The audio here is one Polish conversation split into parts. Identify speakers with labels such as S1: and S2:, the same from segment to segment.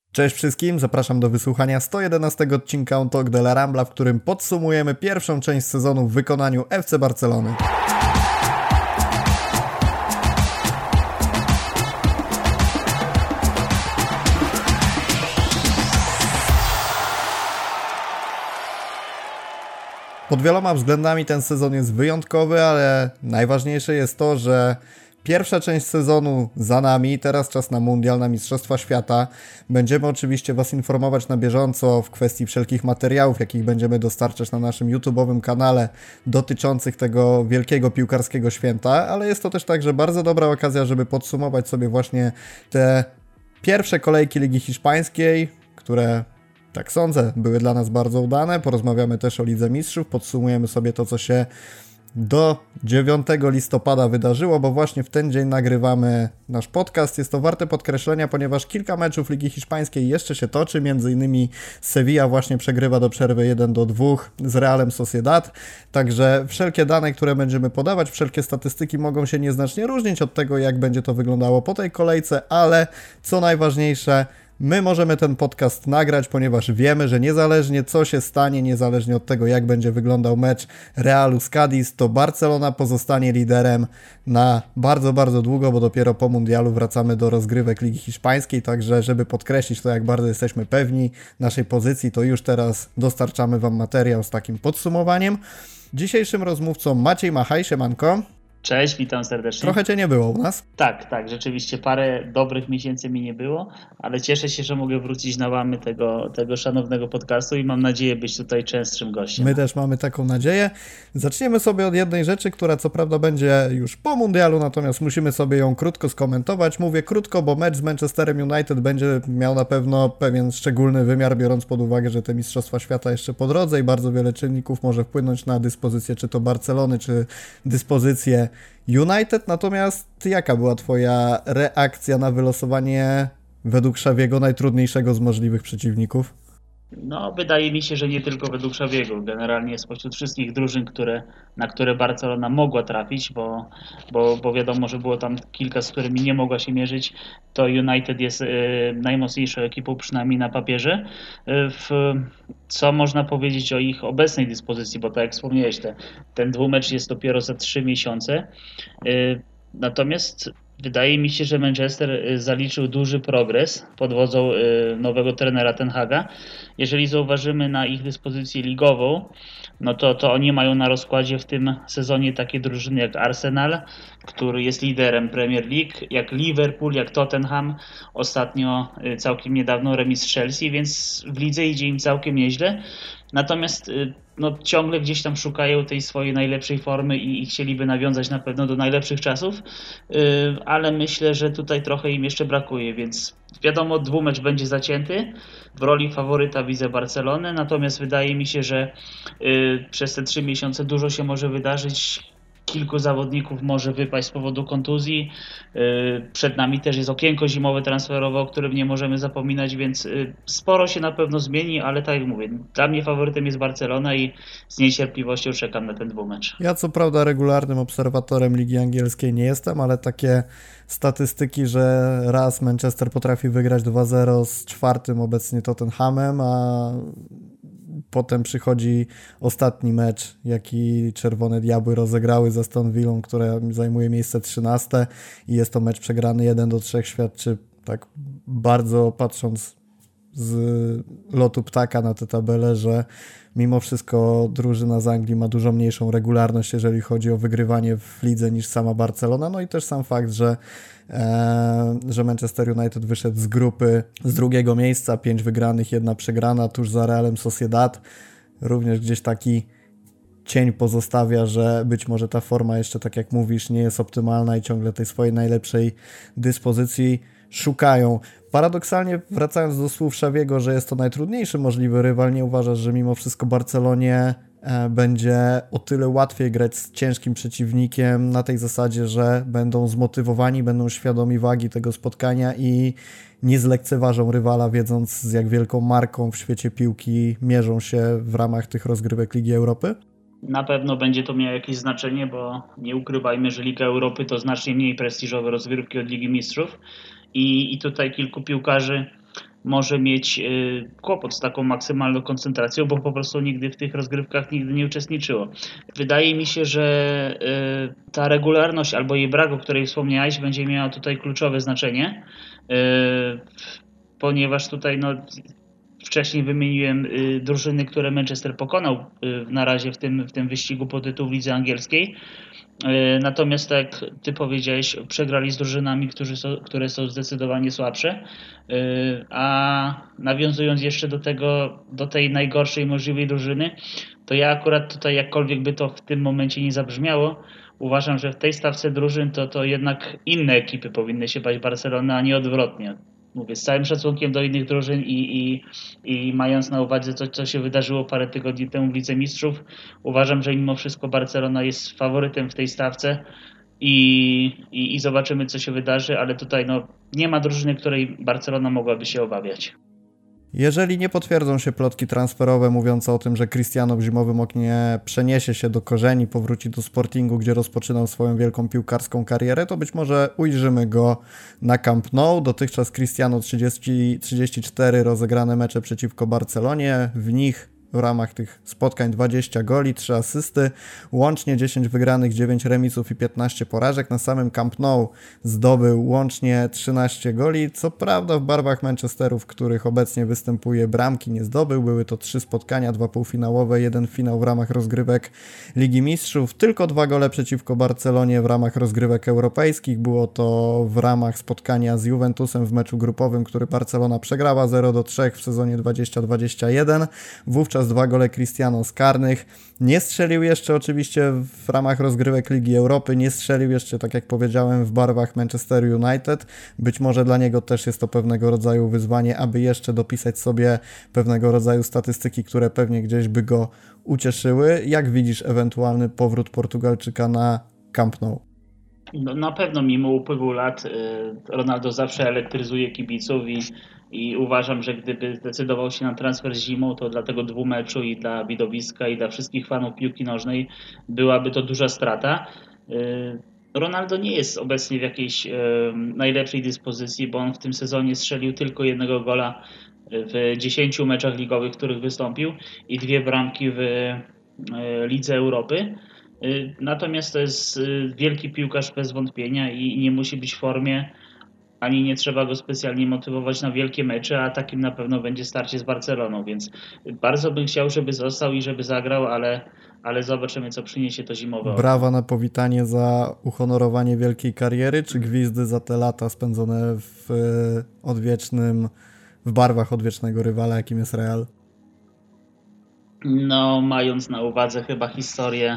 S1: Cześć wszystkim, zapraszam do wysłuchania 111 odcinka On Talk de la Rambla, w którym podsumujemy pierwszą część sezonu w wykonaniu FC Barcelony. Pod wieloma względami ten sezon jest wyjątkowy, ale najważniejsze jest to, że pierwsza część sezonu za nami, teraz czas na mundial, na Mistrzostwa Świata. Będziemy oczywiście Was informować na bieżąco w kwestii wszelkich materiałów, jakich będziemy dostarczać na naszym YouTube'owym kanale dotyczących tego wielkiego piłkarskiego święta, ale jest to też także bardzo dobra okazja, żeby podsumować sobie właśnie te pierwsze kolejki Ligi Hiszpańskiej, które, tak sądzę, były dla nas bardzo udane. Porozmawiamy też o Lidze Mistrzów, podsumujemy sobie to, co się do 9 listopada wydarzyło, bo właśnie w ten dzień nagrywamy nasz podcast. Jest to warte podkreślenia, ponieważ kilka meczów Ligi Hiszpańskiej jeszcze się toczy, m.in. Sevilla właśnie przegrywa do przerwy 1-2 z Realem Sociedad, także wszelkie dane, które będziemy podawać, wszelkie statystyki mogą się nieznacznie różnić od tego, jak będzie to wyglądało po tej kolejce, ale co najważniejsze, my możemy ten podcast nagrać, ponieważ wiemy, że niezależnie co się stanie, niezależnie od tego, jak będzie wyglądał mecz Realu z Cadiz, to Barcelona pozostanie liderem na bardzo, bardzo długo, bo dopiero po mundialu wracamy do rozgrywek Ligi Hiszpańskiej, także żeby podkreślić to, jak bardzo jesteśmy pewni naszej pozycji, to już teraz dostarczamy Wam materiał z takim podsumowaniem. Dzisiejszym rozmówcą Maciej Machaj, siemanko.
S2: Cześć, witam serdecznie.
S1: Trochę Cię nie było u nas.
S2: Tak, rzeczywiście parę dobrych miesięcy mi nie było, ale cieszę się, że mogę wrócić na łamy tego szanownego podcastu i mam nadzieję być tutaj częstszym gościem.
S1: My też mamy taką nadzieję. Zaczniemy sobie od jednej rzeczy, która co prawda będzie już po mundialu, natomiast musimy sobie ją krótko skomentować. Mówię krótko, bo mecz z Manchesterem United będzie miał na pewno pewien szczególny wymiar, biorąc pod uwagę, że te Mistrzostwa Świata jeszcze po drodze i bardzo wiele czynników może wpłynąć na dyspozycję czy to Barcelony, czy dyspozycję United. Natomiast jaka była Twoja reakcja na wylosowanie według Xaviego najtrudniejszego z możliwych przeciwników?
S2: No, wydaje mi się, że nie tylko według Xaviego. Generalnie spośród wszystkich drużyn, na które Barcelona mogła trafić, bo wiadomo, że było tam kilka, z którymi nie mogła się mierzyć, to United jest najmocniejszą ekipą, przynajmniej na papierze. Co można powiedzieć o ich obecnej dyspozycji, bo tak jak wspomniałeś, ten dwumecz jest dopiero za 3 miesiące. Natomiast wydaje mi się, że Manchester zaliczył duży progres pod wodzą nowego trenera Ten Haga. Jeżeli zauważymy na ich dyspozycję ligową, no to oni mają na rozkładzie w tym sezonie takie drużyny jak Arsenal, który jest liderem Premier League, jak Liverpool, jak Tottenham, ostatnio całkiem niedawno remis z Chelsea, więc w lidze idzie im całkiem nieźle. Natomiast ciągle gdzieś tam szukają tej swojej najlepszej formy i chcieliby nawiązać na pewno do najlepszych czasów, ale myślę, że tutaj trochę im jeszcze brakuje, więc wiadomo, dwumecz będzie zacięty. W roli faworyta widzę Barcelonę, natomiast wydaje mi się, że przez te 3 miesiące dużo się może wydarzyć. Kilku zawodników może wypaść z powodu kontuzji. Przed nami też jest okienko zimowe transferowe, o którym nie możemy zapominać, więc sporo się na pewno zmieni, ale tak jak mówię, dla mnie faworytem jest Barcelona i z niecierpliwością czekam na ten dwumecz.
S1: Ja co prawda regularnym obserwatorem Ligi Angielskiej nie jestem, ale takie statystyki, że raz Manchester potrafi wygrać 2-0 z 4. obecnie Tottenhamem, a potem przychodzi ostatni mecz, jaki Czerwone Diabły rozegrały ze Aston Villą, która zajmuje miejsce 13 i jest to mecz przegrany 1-3, świadczy tak bardzo, patrząc z lotu ptaka na tę tabelę, że mimo wszystko drużyna z Anglii ma dużo mniejszą regularność, jeżeli chodzi o wygrywanie w lidze niż sama Barcelona. No i też sam fakt, że Manchester United wyszedł z grupy z 2. miejsca, 5 wygranych, 1 przegrana, tuż za Realem Sociedad. Również gdzieś taki cień pozostawia, że być może ta forma jeszcze, tak jak mówisz, nie jest optymalna i ciągle tej swojej najlepszej dyspozycji szukają. Paradoksalnie, wracając do słów Xaviego, że jest to najtrudniejszy możliwy rywal, nie uważasz, że mimo wszystko Barcelonie będzie o tyle łatwiej grać z ciężkim przeciwnikiem na tej zasadzie, że będą zmotywowani, będą świadomi wagi tego spotkania i nie zlekceważą rywala, wiedząc z jak wielką marką w świecie piłki mierzą się w ramach tych rozgrywek Ligi Europy?
S2: Na pewno będzie to miało jakieś znaczenie, bo nie ukrywajmy, że Liga Europy to znacznie mniej prestiżowe rozgrywki od Ligi Mistrzów i tutaj kilku piłkarzy może mieć kłopot z taką maksymalną koncentracją, bo po prostu nigdy w tych rozgrywkach nie uczestniczyło. Wydaje mi się, że ta regularność albo jej brak, o której wspomniałeś, będzie miała tutaj kluczowe znaczenie, ponieważ tutaj wcześniej wymieniłem drużyny, które Manchester pokonał na razie w tym wyścigu po tytuł w lidze angielskiej. Natomiast tak jak ty powiedziałeś, przegrali z drużynami, które są zdecydowanie słabsze. A nawiązując jeszcze do tej najgorszej możliwej drużyny, to ja akurat tutaj, jakkolwiek by to w tym momencie nie zabrzmiało, uważam, że w tej stawce drużyn to jednak inne ekipy powinny się bać Barcelony, a nie odwrotnie. Mówię, z całym szacunkiem do innych drużyn i mając na uwadze to, co się wydarzyło parę tygodni temu w Lidze Mistrzów, uważam, że mimo wszystko Barcelona jest faworytem w tej stawce i zobaczymy, co się wydarzy, ale tutaj nie ma drużyny, której Barcelona mogłaby się obawiać.
S1: Jeżeli nie potwierdzą się plotki transferowe mówiące o tym, że Cristiano w zimowym oknie przeniesie się do korzeni, powróci do Sportingu, gdzie rozpoczynał swoją wielką piłkarską karierę, to być może ujrzymy go na Camp Nou. Dotychczas Cristiano 34 rozegrane mecze przeciwko Barcelonie, w nich w ramach tych spotkań 20 goli, 3 asysty, łącznie 10 wygranych, 9 remisów i 15 porażek. Na samym Camp Nou zdobył łącznie 13 goli. Co prawda w barwach Manchesteru, w których obecnie występuje, bramki nie zdobył. Były to 3 spotkania, 2 półfinałowe, 1 finał w ramach rozgrywek Ligi Mistrzów. Tylko 2 gole przeciwko Barcelonie w ramach rozgrywek europejskich. Było to w ramach spotkania z Juventusem w meczu grupowym, który Barcelona przegrała 0-3 w sezonie 2021. Wówczas 2 gole Cristiano z karnych. Nie strzelił jeszcze oczywiście w ramach rozgrywek Ligi Europy, nie strzelił jeszcze, tak jak powiedziałem, w barwach Manchester United. Być może dla niego też jest to pewnego rodzaju wyzwanie, aby jeszcze dopisać sobie pewnego rodzaju statystyki, które pewnie gdzieś by go ucieszyły. Jak widzisz ewentualny powrót Portugalczyka na Camp Nou?
S2: No, na pewno mimo upływu lat Ronaldo zawsze elektryzuje kibiców i uważam, że gdyby zdecydował się na transfer zimą, to dla tego dwumeczu i dla widowiska i dla wszystkich fanów piłki nożnej byłaby to duża strata. Ronaldo nie jest obecnie w jakiejś najlepszej dyspozycji, bo on w tym sezonie strzelił tylko 1 gola w 10 meczach ligowych, w których wystąpił i 2 bramki w Lidze Europy. Natomiast to jest wielki piłkarz bez wątpienia i nie musi być w formie, ani nie trzeba go specjalnie motywować na wielkie mecze, a takim na pewno będzie starcie z Barceloną, więc bardzo bym chciał, żeby został i żeby zagrał, ale zobaczymy, co przyniesie to zimowe okno.
S1: Brawa na powitanie za uhonorowanie wielkiej kariery, czy gwizdy za te lata spędzone w barwach odwiecznego rywala, jakim jest Real?
S2: No, mając na uwadze chyba historię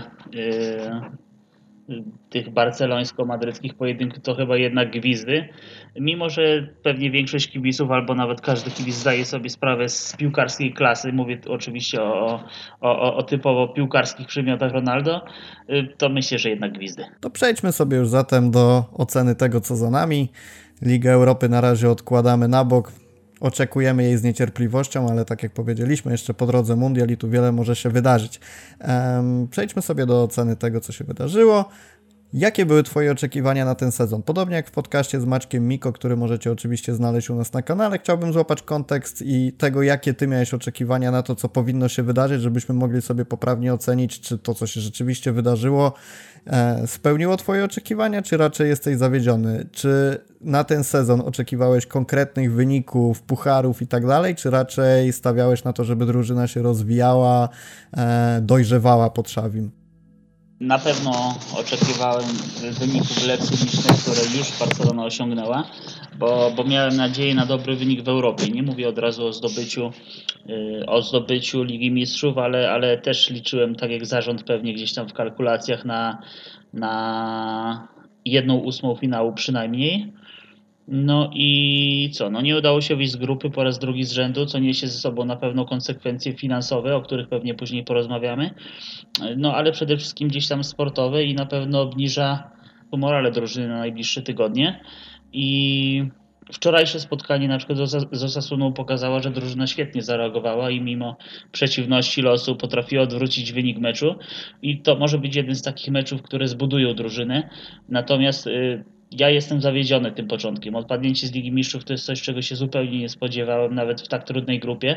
S2: tych barcelońsko-madryckich pojedynków, to chyba jednak gwizdy. Mimo że pewnie większość kibiców, albo nawet każdy kibic zdaje sobie sprawę z piłkarskiej klasy, mówię oczywiście o typowo piłkarskich przymiotach Ronaldo, to myślę, że jednak gwizdy.
S1: To przejdźmy sobie już zatem do oceny tego, co za nami. Ligę Europy na razie odkładamy na bok. Oczekujemy jej z niecierpliwością, ale tak jak powiedzieliśmy, jeszcze po drodze mundial i tu wiele może się wydarzyć. Przejdźmy sobie do oceny tego, co się wydarzyło. Jakie były Twoje oczekiwania na ten sezon? Podobnie jak w podcaście z Maćkiem Miko, który możecie oczywiście znaleźć u nas na kanale, chciałbym złapać kontekst i tego, jakie Ty miałeś oczekiwania na to, co powinno się wydarzyć, żebyśmy mogli sobie poprawnie ocenić, czy to, co się rzeczywiście wydarzyło, spełniło Twoje oczekiwania, czy raczej jesteś zawiedziony? Czy na ten sezon oczekiwałeś konkretnych wyników, pucharów i tak dalej, czy raczej stawiałeś na to, żeby drużyna się rozwijała, dojrzewała pod Xavim?
S2: Na pewno oczekiwałem wyników lepszych niż te, które już Barcelona osiągnęła, bo miałem nadzieję na dobry wynik w Europie. Nie mówię od razu o zdobyciu Ligi Mistrzów, ale też liczyłem, tak jak zarząd pewnie gdzieś tam w kalkulacjach, na 1/8 finału przynajmniej. No i co? No nie udało się wyjść z grupy po raz drugi z rzędu, co niesie ze sobą na pewno konsekwencje finansowe, o których pewnie później porozmawiamy. No ale przede wszystkim gdzieś tam sportowe i na pewno obniża morale drużyny na najbliższe tygodnie. I wczorajsze spotkanie na przykład z Osasuną pokazało, że drużyna świetnie zareagowała i mimo przeciwności losu potrafiła odwrócić wynik meczu. I to może być jeden z takich meczów, które zbudują drużynę. Natomiast ja jestem zawiedziony tym początkiem. Odpadnięcie z Ligi Mistrzów to jest coś, czego się zupełnie nie spodziewałem, nawet w tak trudnej grupie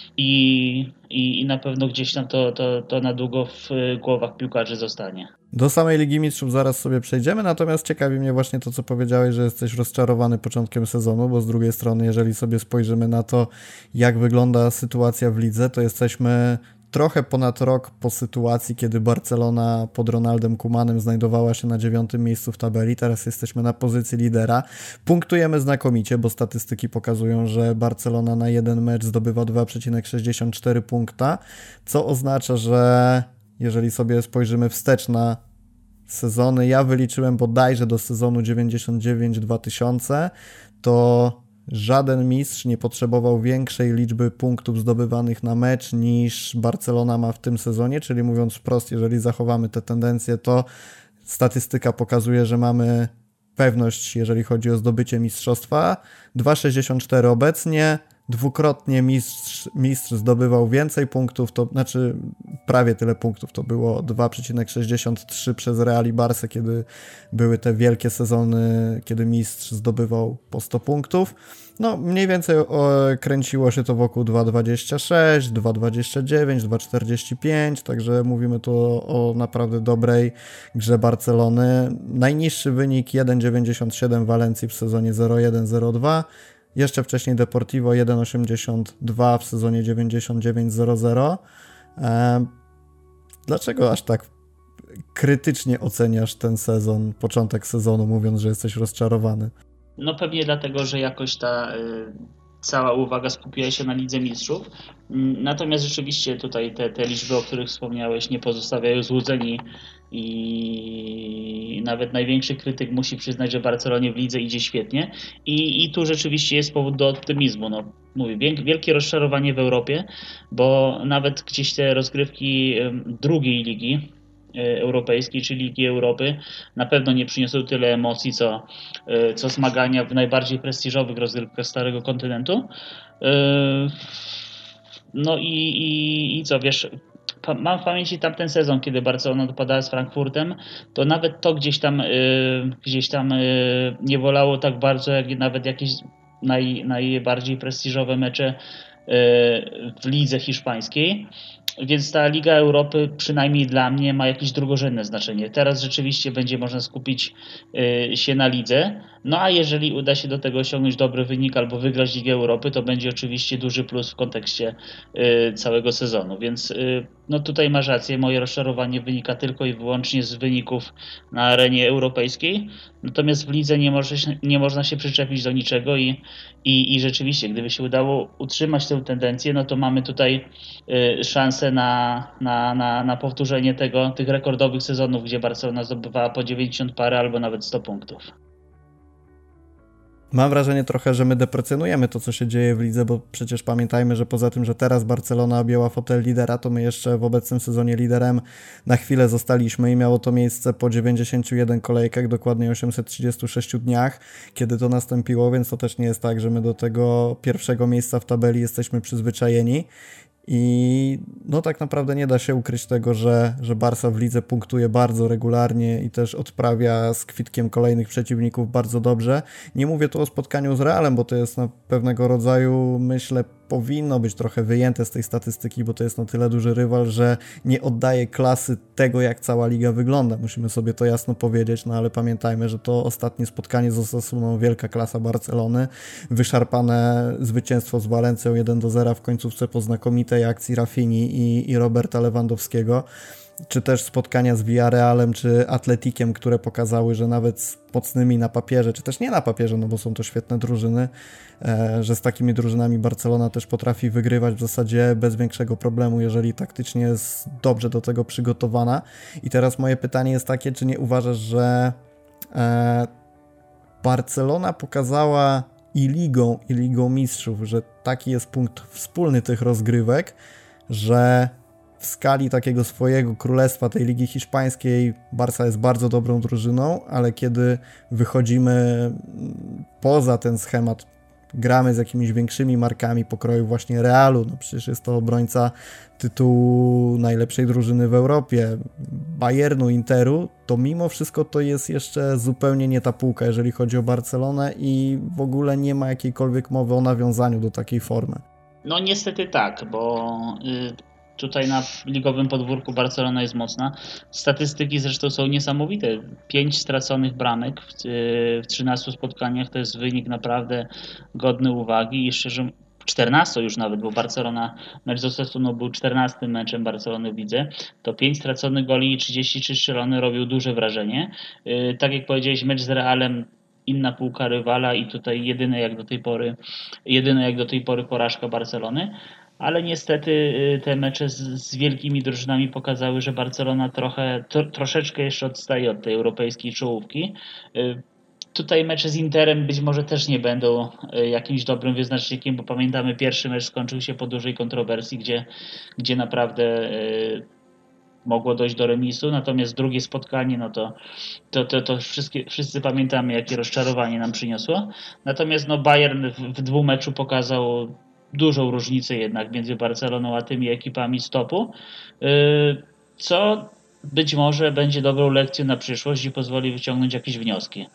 S2: i na pewno gdzieś tam to na długo w głowach piłkarzy zostanie.
S1: Do samej Ligi Mistrzów zaraz sobie przejdziemy, natomiast ciekawi mnie właśnie to, co powiedziałeś, że jesteś rozczarowany początkiem sezonu, bo z drugiej strony, jeżeli sobie spojrzymy na to, jak wygląda sytuacja w lidze, to jesteśmy trochę ponad rok po sytuacji, kiedy Barcelona pod Ronaldem Koemanem znajdowała się na 9. miejscu w tabeli. Teraz jesteśmy na pozycji lidera. Punktujemy znakomicie, bo statystyki pokazują, że Barcelona na jeden mecz zdobywa 2,64 punkta, co oznacza, że jeżeli sobie spojrzymy wstecz na sezony, ja wyliczyłem bodajże do sezonu 99-2000, to żaden mistrz nie potrzebował większej liczby punktów zdobywanych na mecz niż Barcelona ma w tym sezonie, czyli mówiąc wprost, jeżeli zachowamy te tendencje, to statystyka pokazuje, że mamy pewność, jeżeli chodzi o zdobycie mistrzostwa. 2,64 obecnie, dwukrotnie mistrz zdobywał więcej punktów, to znaczy prawie tyle punktów, to było 2,63 przez Real i Barce, kiedy były te wielkie sezony, kiedy mistrz zdobywał po 100 punktów. No mniej więcej kręciło się to wokół 2,26, 2,29, 2,45, także mówimy tu o naprawdę dobrej grze Barcelony. Najniższy wynik 1,97 Walencji w sezonie 0,1-0,2. Jeszcze wcześniej Deportivo 1,82 w sezonie 99-00. Dlaczego aż tak krytycznie oceniasz ten sezon, początek sezonu, mówiąc, że jesteś rozczarowany?
S2: No pewnie dlatego, że jakoś ta cała uwaga skupiła się na Lidze Mistrzów. Natomiast rzeczywiście tutaj te liczby, o których wspomniałeś, nie pozostawiają złudzeń i nawet największy krytyk musi przyznać, że Barcelonie w lidze idzie świetnie i tu rzeczywiście jest powód do optymizmu. No, mówię, wielkie rozczarowanie w Europie, bo nawet gdzieś te rozgrywki drugiej ligi europejskiej, czy Ligi Europy, na pewno nie przyniosą tyle emocji, co zmagania w najbardziej prestiżowych rozgrywkach Starego Kontynentu. No i co, wiesz, mam w pamięci tamten sezon, kiedy Barcelona dopadała z Frankfurtem, to nawet to gdzieś tam nie bolało tak bardzo, jak nawet jakieś najbardziej prestiżowe mecze w lidze hiszpańskiej. Więc ta Liga Europy, przynajmniej dla mnie, ma jakieś drugorzędne znaczenie. Teraz rzeczywiście będzie można skupić się na lidze. No a jeżeli uda się do tego osiągnąć dobry wynik albo wygrać Ligę Europy, to będzie oczywiście duży plus w kontekście całego sezonu. Więc no tutaj masz rację, moje rozczarowanie wynika tylko i wyłącznie z wyników na arenie europejskiej. Natomiast w lidze nie można się przyczepić do niczego i rzeczywiście, gdyby się udało utrzymać tę tendencję, no to mamy tutaj szansę na powtórzenie tych rekordowych sezonów, gdzie Barcelona zdobywała po 90 parę albo nawet 100 punktów.
S1: Mam wrażenie trochę, że my deprecjonujemy to, co się dzieje w lidze, bo przecież pamiętajmy, że poza tym, że teraz Barcelona objęła fotel lidera, to my jeszcze w obecnym sezonie liderem na chwilę zostaliśmy i miało to miejsce po 91 kolejkach, dokładnie 836 dniach, kiedy to nastąpiło, więc to też nie jest tak, że my do tego pierwszego miejsca w tabeli jesteśmy przyzwyczajeni. I no tak naprawdę nie da się ukryć tego, że Barca w lidze punktuje bardzo regularnie i też odprawia z kwitkiem kolejnych przeciwników bardzo dobrze. Nie mówię tu o spotkaniu z Realem, bo to jest na pewnego rodzaju, myślę, powinno być trochę wyjęte z tej statystyki, bo to jest na tyle duży rywal, że nie oddaje klasy tego, jak cała liga wygląda. Musimy sobie to jasno powiedzieć, no ale pamiętajmy, że to ostatnie spotkanie z Osasuną, wielka klasa Barcelony, wyszarpane zwycięstwo z Walencją 1-0 w końcówce po znakomitej akcji Rafini i Roberta Lewandowskiego, czy też spotkania z Villarrealem, czy Atletikiem, które pokazały, że nawet z mocnymi na papierze, czy też nie na papierze, no bo są to świetne drużyny, że z takimi drużynami Barcelona też potrafi wygrywać w zasadzie bez większego problemu, jeżeli taktycznie jest dobrze do tego przygotowana. I teraz moje pytanie jest takie, czy nie uważasz, że Barcelona pokazała i Ligą Mistrzów, że taki jest punkt wspólny tych rozgrywek, że w skali takiego swojego królestwa, tej Ligi Hiszpańskiej, Barca jest bardzo dobrą drużyną, ale kiedy wychodzimy poza ten schemat gramy z jakimiś większymi markami pokroju właśnie Realu, no przecież jest to obrońca tytułu najlepszej drużyny w Europie, Bayernu, Interu, to mimo wszystko to jest jeszcze zupełnie nie ta półka, jeżeli chodzi o Barcelonę i w ogóle nie ma jakiejkolwiek mowy o nawiązaniu do takiej formy.
S2: No niestety tak, bo tutaj na ligowym podwórku Barcelona jest mocna. Statystyki zresztą są niesamowite. 5 straconych bramek w 13 spotkaniach to jest wynik naprawdę godny uwagi i szczerze 14 już nawet, bo Barcelona, mecz z Osasuną był 14 meczem Barcelony w lidze, to 5 straconych goli i 33 strzelone robią duże wrażenie. Tak jak powiedziałeś, mecz z Realem, inna półka rywala i tutaj jedyna jak do tej pory porażka Barcelony. Ale niestety te mecze z wielkimi drużynami pokazały, że Barcelona troszeczkę jeszcze odstaje od tej europejskiej czołówki. Tutaj mecze z Interem być może też nie będą jakimś dobrym wyznacznikiem, bo pamiętamy, pierwszy mecz skończył się po dużej kontrowersji, gdzie naprawdę mogło dojść do remisu, natomiast drugie spotkanie, no to wszyscy pamiętamy, jakie rozczarowanie nam przyniosło. Natomiast Bayern w dwóch meczu pokazał dużą różnicę jednak między Barceloną a tymi ekipami z topu, co być może będzie dobrą lekcją na przyszłość i pozwoli wyciągnąć jakieś wnioski.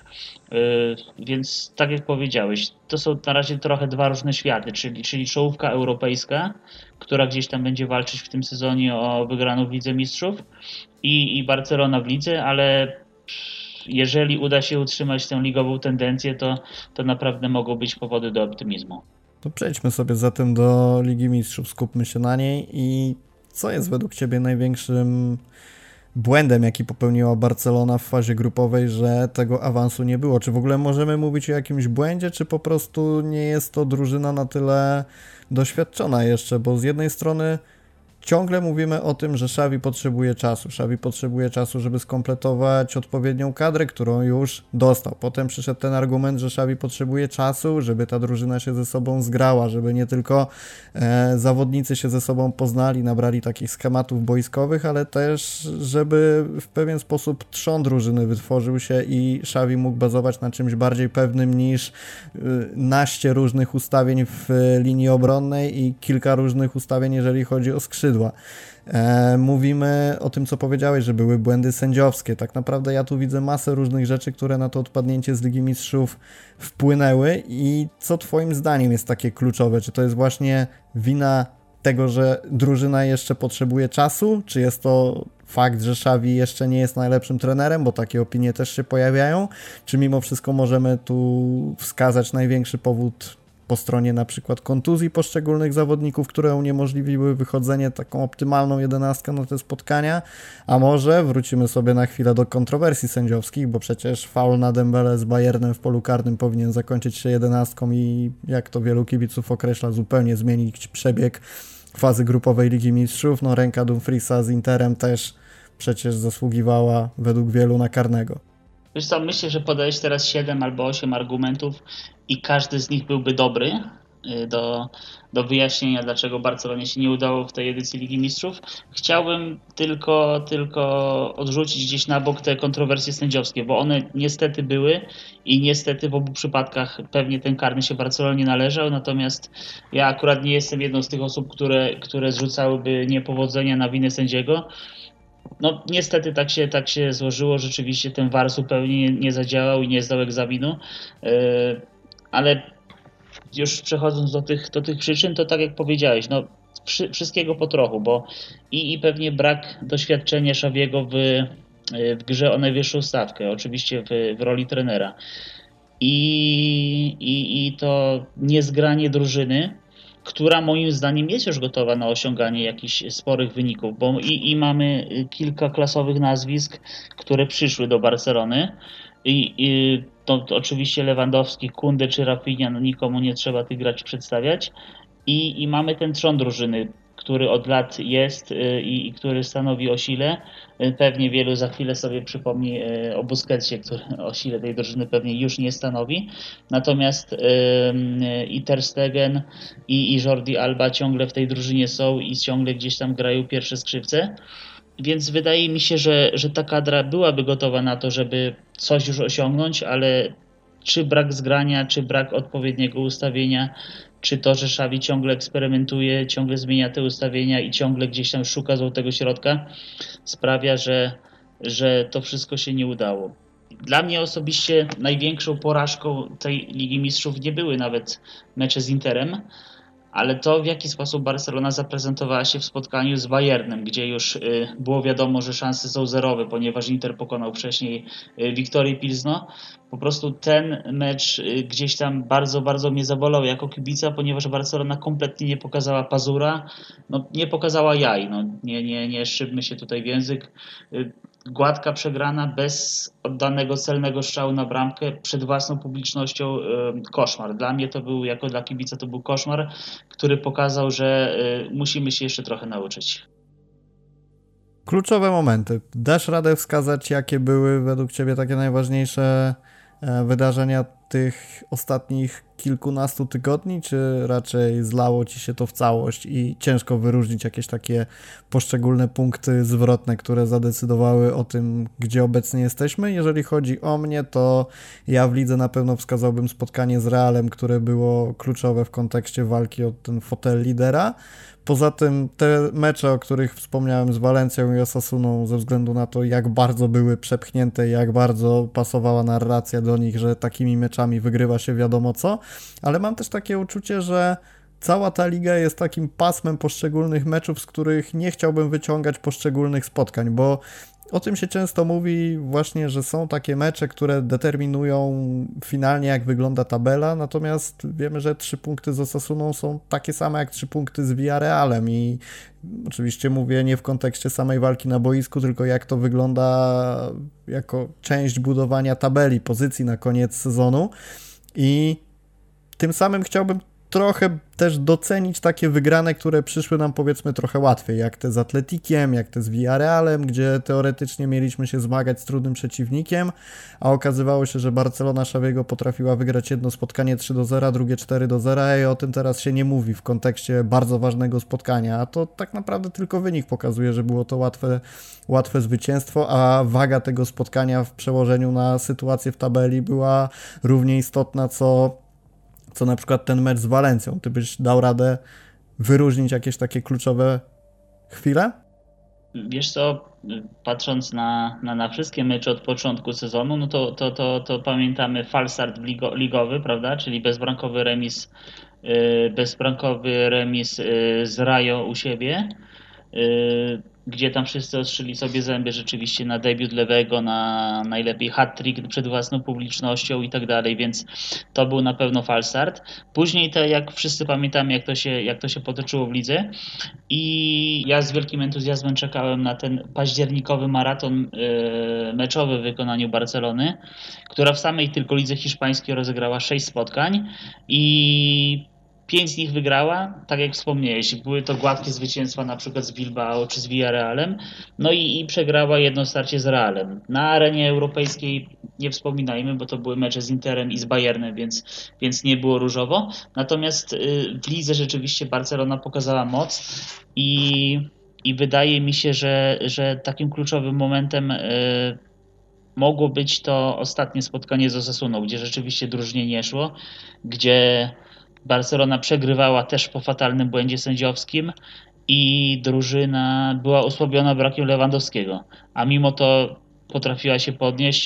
S2: Więc tak jak powiedziałeś, to są na razie trochę dwa różne światy, czyli czołówka europejska, która gdzieś tam będzie walczyć w tym sezonie o wygraną w Lidze Mistrzów i Barcelona w lidze, ale jeżeli uda się utrzymać tę ligową tendencję, to naprawdę mogą być powody do optymizmu.
S1: To przejdźmy sobie zatem do Ligi Mistrzów, skupmy się na niej i co jest według Ciebie największym błędem, jaki popełniła Barcelona w fazie grupowej, że tego awansu nie było? Czy w ogóle możemy mówić o jakimś błędzie, czy po prostu nie jest to drużyna na tyle doświadczona jeszcze? Bo z jednej strony ciągle mówimy o tym, że Xavi potrzebuje czasu. Xavi potrzebuje czasu, żeby skompletować odpowiednią kadrę, którą już dostał. Potem przyszedł ten argument, że Xavi potrzebuje czasu, żeby ta drużyna się ze sobą zgrała, żeby nie tylko zawodnicy się ze sobą poznali, nabrali takich schematów boiskowych, ale też, żeby w pewien sposób trzon drużyny wytworzył się i Xavi mógł bazować na czymś bardziej pewnym niż naście różnych ustawień w linii obronnej i kilka różnych ustawień, jeżeli chodzi o skrzydła. Mówimy o tym, co powiedziałeś, że były błędy sędziowskie. Tak naprawdę ja tu widzę masę różnych rzeczy, które na to odpadnięcie z Ligi Mistrzów wpłynęły i co Twoim zdaniem jest takie kluczowe? Czy to jest właśnie wina tego, że drużyna jeszcze potrzebuje czasu? Czy jest to fakt, że Xavi jeszcze nie jest najlepszym trenerem, bo takie opinie też się pojawiają? Czy mimo wszystko możemy tu wskazać największy powód po stronie na przykład kontuzji poszczególnych zawodników, które uniemożliwiły wychodzenie taką optymalną 11 na te spotkania, a może wrócimy sobie na chwilę do kontrowersji sędziowskich, bo przecież faul na Dembele z Bayernem w polu karnym powinien zakończyć się 11 i jak to wielu kibiców określa, zupełnie zmienić przebieg fazy grupowej Ligi Mistrzów. Ręka Dumfriesa z Interem też przecież zasługiwała według wielu na karnego.
S2: Wiesz co, myślę, że podałeś teraz 7 albo 8 argumentów i każdy z nich byłby dobry do wyjaśnienia, dlaczego Barcelonie się nie udało w tej edycji Ligi Mistrzów. Chciałbym tylko odrzucić gdzieś na bok te kontrowersje sędziowskie, bo one niestety były i niestety w obu przypadkach pewnie ten karny się Barcelonie należał, natomiast ja akurat nie jestem jedną z tych osób, które zrzucałyby niepowodzenia na winę sędziego. Niestety tak się złożyło, rzeczywiście ten VAR zupełnie nie zadziałał i nie zdał egzaminu, ale już przechodząc do tych przyczyn, to tak jak powiedziałeś, wszystkiego po trochu, bo i pewnie brak doświadczenia Xaviego w grze o najwyższą stawkę, oczywiście w roli trenera i to niezgranie drużyny, która moim zdaniem jest już gotowa na osiąganie jakichś sporych wyników, bo i mamy kilka klasowych nazwisk, które przyszły do Barcelony i to oczywiście Lewandowski, Kunde czy Rafinha, nikomu nie trzeba tych graczy przedstawiać i mamy ten trzon drużyny, który od lat jest i który stanowi o sile. Pewnie wielu za chwilę sobie przypomni o Busquetsie, który o sile tej drużyny pewnie już nie stanowi. Natomiast i Ter Stegen i Jordi Alba ciągle w tej drużynie są i ciągle gdzieś tam grają pierwsze skrzypce. Więc wydaje mi się, że ta kadra byłaby gotowa na to, żeby coś już osiągnąć, ale czy brak zgrania, czy brak odpowiedniego ustawienia, czy to, że Xavi ciągle eksperymentuje, ciągle zmienia te ustawienia i ciągle gdzieś tam szuka złotego środka, sprawia, że to wszystko się nie udało. Dla mnie osobiście największą porażką tej Ligi Mistrzów nie były nawet mecze z Interem, ale to, w jaki sposób Barcelona zaprezentowała się w spotkaniu z Bayernem, gdzie już było wiadomo, że szanse są zerowe, ponieważ Inter pokonał wcześniej Wiktorię Pilzno. Po prostu ten mecz gdzieś tam bardzo, bardzo mnie zabolał jako kibica, ponieważ Barcelona kompletnie nie pokazała pazura, nie pokazała jaj. Nie szybmy się tutaj w język. Gładka przegrana, bez oddanego celnego strzału na bramkę, przed własną publicznością, koszmar. Dla mnie to był, jako dla kibica, to był koszmar, który pokazał, że musimy się jeszcze trochę nauczyć.
S1: Kluczowe momenty. Dasz radę wskazać, jakie były według Ciebie takie najważniejsze wydarzenia tych ostatnich kilkunastu tygodni, czy raczej zlało Ci się to w całość i ciężko wyróżnić jakieś takie poszczególne punkty zwrotne, które zadecydowały o tym, gdzie obecnie jesteśmy? Jeżeli chodzi o mnie, to ja w lidze na pewno wskazałbym spotkanie z Realem, które było kluczowe w kontekście walki o ten fotel lidera. Poza tym te mecze, o których wspomniałem z Walencją i Osasuną, ze względu na to, jak bardzo były przepchnięte, jak bardzo pasowała narracja do nich, że takimi meczami wygrywa się wiadomo co, ale mam też takie uczucie, że cała ta liga jest takim pasmem poszczególnych meczów, z których nie chciałbym wyciągać poszczególnych spotkań, bo o tym się często mówi właśnie, że są takie mecze, które determinują finalnie, jak wygląda tabela, natomiast wiemy, że 3 punkty z Osasuną są takie same jak 3 punkty z Villarrealem i oczywiście mówię nie w kontekście samej walki na boisku, tylko jak to wygląda jako część budowania tabeli, pozycji na koniec sezonu i tym samym chciałbym trochę też docenić takie wygrane, które przyszły nam powiedzmy trochę łatwiej, jak te z Atletikiem, jak te z Villarrealem, gdzie teoretycznie mieliśmy się zmagać z trudnym przeciwnikiem, a okazywało się, że Barcelona Xaviego potrafiła wygrać jedno spotkanie 3-0, drugie 4-0 i o tym teraz się nie mówi w kontekście bardzo ważnego spotkania, a to tak naprawdę tylko wynik pokazuje, że było to łatwe zwycięstwo, a waga tego spotkania w przełożeniu na sytuację w tabeli była równie istotna, co na przykład ten mecz z Walencją. Ty byś dał radę wyróżnić jakieś takie kluczowe chwile?
S2: Wiesz co, patrząc na wszystkie mecze od początku sezonu, no to pamiętamy falstart ligowy, prawda? Czyli bezbramkowy remis z Rayo u siebie, gdzie tam wszyscy ostrzyli sobie zęby rzeczywiście na debiut lewego, na najlepiej hat-trick przed własną publicznością i tak dalej, więc to był na pewno falstart. Później jak wszyscy pamiętamy, jak to się potoczyło w lidze i ja z wielkim entuzjazmem czekałem na ten październikowy maraton meczowy w wykonaniu Barcelony, która w samej tylko lidze hiszpańskiej rozegrała 6 spotkań i 5 z nich wygrała, tak jak wspomniałeś, były to gładkie zwycięstwa na przykład z Bilbao czy z Villarrealem, no i przegrała jedno starcie z Realem. Na arenie europejskiej nie wspominajmy, bo to były mecze z Interem i z Bayernem, więc nie było różowo. Natomiast w lidze rzeczywiście Barcelona pokazała moc i wydaje mi się, że takim kluczowym momentem mogło być to ostatnie spotkanie z Osasuną, gdzie rzeczywiście drużynie nie szło, gdzie Barcelona przegrywała też po fatalnym błędzie sędziowskim i drużyna była osłabiona brakiem Lewandowskiego, a mimo to potrafiła się podnieść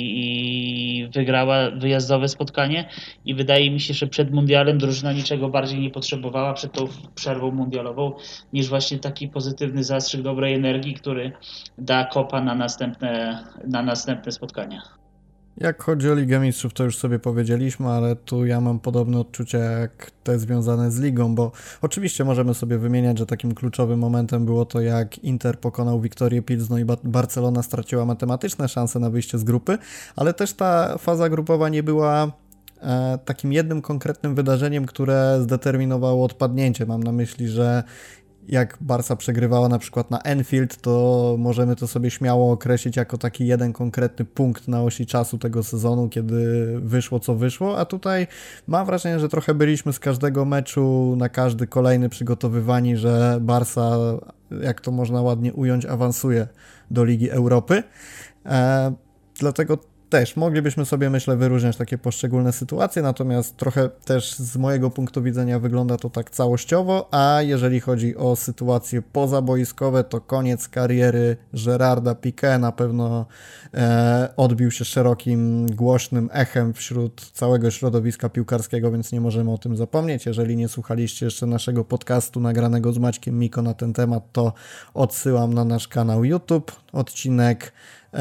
S2: i wygrała wyjazdowe spotkanie i wydaje mi się, że przed mundialem drużyna niczego bardziej nie potrzebowała przed tą przerwą mundialową niż właśnie taki pozytywny zastrzyk dobrej energii, który da kopa na następne spotkania.
S1: Jak chodzi o Ligę Mistrzów, to już sobie powiedzieliśmy, ale tu ja mam podobne odczucia jak te związane z ligą, bo oczywiście możemy sobie wymieniać, że takim kluczowym momentem było to, jak Inter pokonał Wiktorię Pilzno i Barcelona straciła matematyczne szanse na wyjście z grupy, ale też ta faza grupowa nie była takim jednym konkretnym wydarzeniem, które zdeterminowało odpadnięcie. Mam na myśli, że jak Barca przegrywała na przykład na Anfield, to możemy to sobie śmiało określić jako taki jeden konkretny punkt na osi czasu tego sezonu, kiedy wyszło co wyszło, a tutaj mam wrażenie, że trochę byliśmy z każdego meczu na każdy kolejny przygotowywani, że Barca, jak to można ładnie ująć, awansuje do Ligi Europy. Dlatego też moglibyśmy sobie, myślę, wyróżniać takie poszczególne sytuacje, natomiast trochę też z mojego punktu widzenia wygląda to tak całościowo, a jeżeli chodzi o sytuacje pozaboiskowe, to koniec kariery Gerarda Piqué na pewno odbił się szerokim, głośnym echem wśród całego środowiska piłkarskiego, więc nie możemy o tym zapomnieć. Jeżeli nie słuchaliście jeszcze naszego podcastu nagranego z Maćkiem Miko na ten temat, to odsyłam na nasz kanał YouTube, odcinek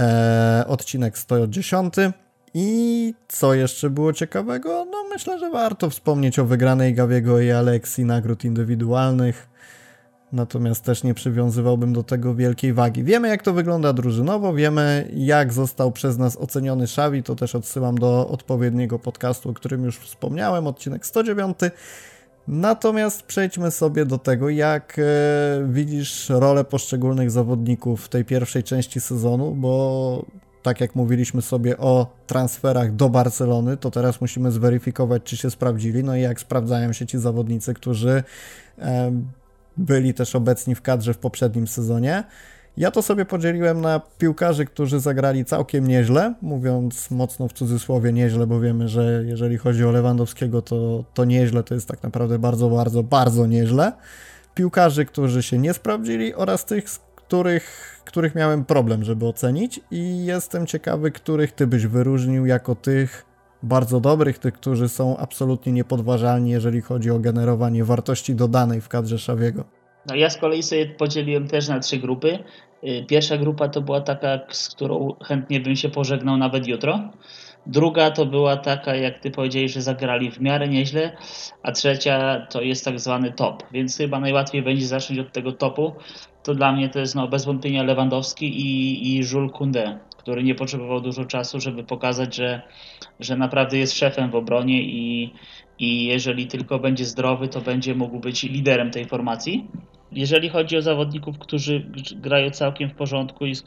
S1: 110. I co jeszcze było ciekawego? No myślę, że warto wspomnieć o wygranej Gaviego i Alexi nagród indywidualnych, natomiast też nie przywiązywałbym do tego wielkiej wagi. Wiemy, jak to wygląda drużynowo, wiemy, jak został przez nas oceniony Xavi, to też odsyłam do odpowiedniego podcastu, o którym już wspomniałem, odcinek 109. Natomiast przejdźmy sobie do tego, jak widzisz rolę poszczególnych zawodników w tej pierwszej części sezonu, bo tak jak mówiliśmy sobie o transferach do Barcelony, to teraz musimy zweryfikować, czy się sprawdzili, no i jak sprawdzają się ci zawodnicy, którzy byli też obecni w kadrze w poprzednim sezonie. Ja to sobie podzieliłem na piłkarzy, którzy zagrali całkiem nieźle, mówiąc mocno w cudzysłowie nieźle, bo wiemy, że jeżeli chodzi o Lewandowskiego, to nieźle to jest tak naprawdę bardzo, bardzo, bardzo nieźle. Piłkarzy, którzy się nie sprawdzili oraz tych, z których miałem problem, żeby ocenić i jestem ciekawy, których ty byś wyróżnił jako tych bardzo dobrych, tych, którzy są absolutnie niepodważalni, jeżeli chodzi o generowanie wartości dodanej w kadrze Xaviego.
S2: No ja z kolei sobie podzieliłem też na 3 grupy. Pierwsza grupa to była taka, z którą chętnie bym się pożegnał nawet jutro. Druga to była taka, jak ty powiedziałeś, że zagrali w miarę nieźle, a trzecia to jest tak zwany top, więc chyba najłatwiej będzie zacząć od tego topu. To dla mnie to jest bez wątpienia Lewandowski i Jules Koundé, który nie potrzebował dużo czasu, żeby pokazać, że naprawdę jest szefem w obronie i jeżeli tylko będzie zdrowy, to będzie mógł być liderem tej formacji. Jeżeli chodzi o zawodników, którzy grają całkiem w porządku i z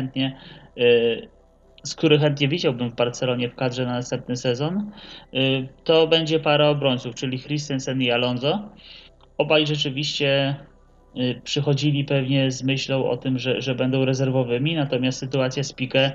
S2: których chętnie widziałbym w Barcelonie w kadrze na następny sezon, to będzie para obrońców, czyli Christensen i Alonso. Obaj rzeczywiście przychodzili pewnie z myślą o tym, że będą rezerwowymi, natomiast sytuacja z Piqué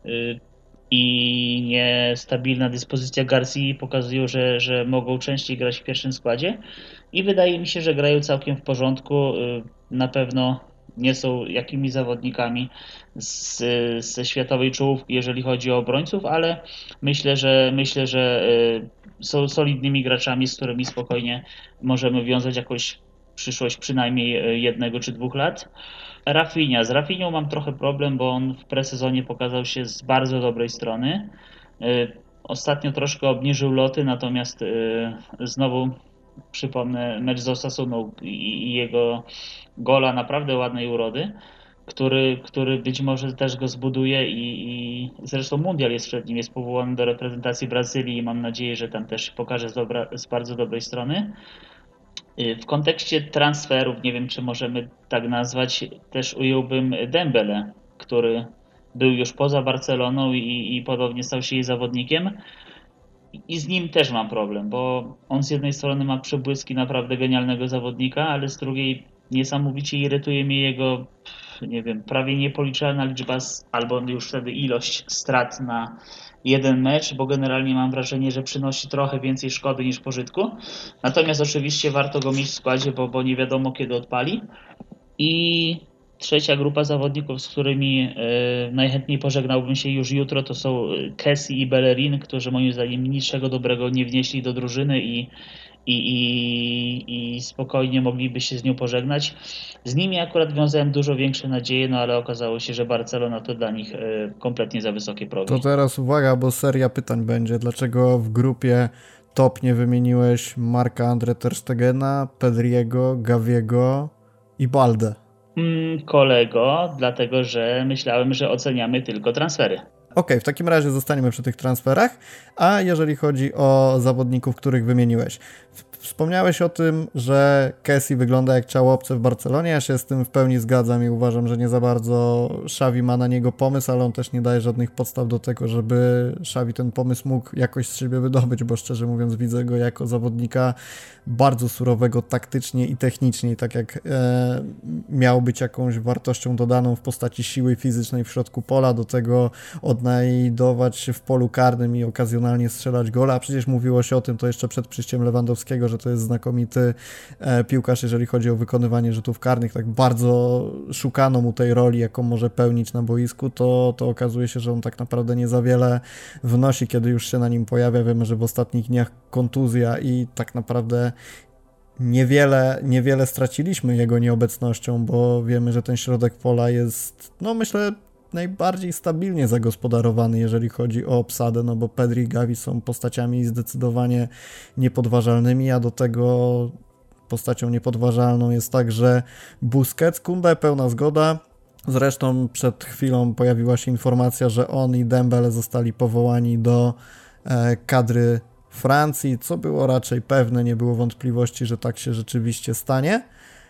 S2: i niestabilna dyspozycja Garcii pokazują, że mogą częściej grać w pierwszym składzie i wydaje mi się, że grają całkiem w porządku. Na pewno nie są jakimiś zawodnikami ze światowej czołówki, jeżeli chodzi o obrońców, ale myślę, że są solidnymi graczami, z którymi spokojnie możemy wiązać jakąś przyszłość przynajmniej 1 czy 2 lat. Rafinha. Z Rafinhą mam trochę problem, bo on w presezonie pokazał się z bardzo dobrej strony. Ostatnio troszkę obniżył loty, natomiast znowu przypomnę mecz z Osasuną i jego gola naprawdę ładnej urody, który być może też go zbuduje i zresztą mundial jest przed nim, jest powołany do reprezentacji Brazylii i mam nadzieję, że tam też pokaże z bardzo dobrej strony. W kontekście transferów, nie wiem czy możemy tak nazwać, też ująłbym Dembele, który był już poza Barceloną i podobnie stał się jej zawodnikiem. I z nim też mam problem, bo on z jednej strony ma przebłyski naprawdę genialnego zawodnika, ale z drugiej niesamowicie irytuje mnie jego, nie wiem, prawie niepoliczalna liczba albo już wtedy ilość strat na jeden mecz, bo generalnie mam wrażenie, że przynosi trochę więcej szkody niż pożytku. Natomiast oczywiście warto go mieć w składzie, bo nie wiadomo kiedy odpali. I trzecia grupa zawodników, z którymi najchętniej pożegnałbym się już jutro, to są Kessie i Bellerin, którzy moim zdaniem niczego dobrego nie wnieśli do drużyny i spokojnie mogliby się z nią pożegnać. Z nimi akurat wiązałem dużo większe nadzieje, no ale okazało się, że Barcelona to dla nich kompletnie za wysokie progi.
S1: To teraz uwaga, bo seria pytań będzie. Dlaczego w grupie top nie wymieniłeś Marca-André ter Stegena, Pedriego, Gaviego i Balde?
S2: Kolego, dlatego że myślałem, że oceniamy tylko transfery.
S1: Okej, w takim razie zostaniemy przy tych transferach, a jeżeli chodzi o zawodników, których wymieniłeś. Wspomniałeś o tym, że Kessie wygląda jak ciało obce w Barcelonie. Ja się z tym w pełni zgadzam i uważam, że nie za bardzo Xavi ma na niego pomysł, ale on też nie daje żadnych podstaw do tego, żeby Xavi ten pomysł mógł jakoś z siebie wydobyć, bo szczerze mówiąc widzę go jako zawodnika bardzo surowego taktycznie i technicznie, tak jak miał być jakąś wartością dodaną w postaci siły fizycznej w środku pola, do tego odnajdować się w polu karnym i okazjonalnie strzelać gola, a przecież mówiło się o tym to jeszcze przed przyjściem Lewandowskiego, że to jest znakomity piłkarz, jeżeli chodzi o wykonywanie rzutów karnych, tak bardzo szukano mu tej roli, jaką może pełnić na boisku, to okazuje się, że on tak naprawdę nie za wiele wnosi, kiedy już się na nim pojawia. Wiemy, że w ostatnich dniach kontuzja i tak naprawdę niewiele straciliśmy jego nieobecnością, bo wiemy, że ten środek pola jest, no myślę, najbardziej stabilnie zagospodarowany, jeżeli chodzi o obsadę, no bo Pedri i Gavi są postaciami zdecydowanie niepodważalnymi, a do tego postacią niepodważalną jest także Busquets. Koundé, pełna zgoda. Zresztą przed chwilą pojawiła się informacja, że on i Dembele zostali powołani do kadry Francji, co było raczej pewne, nie było wątpliwości, że tak się rzeczywiście stanie.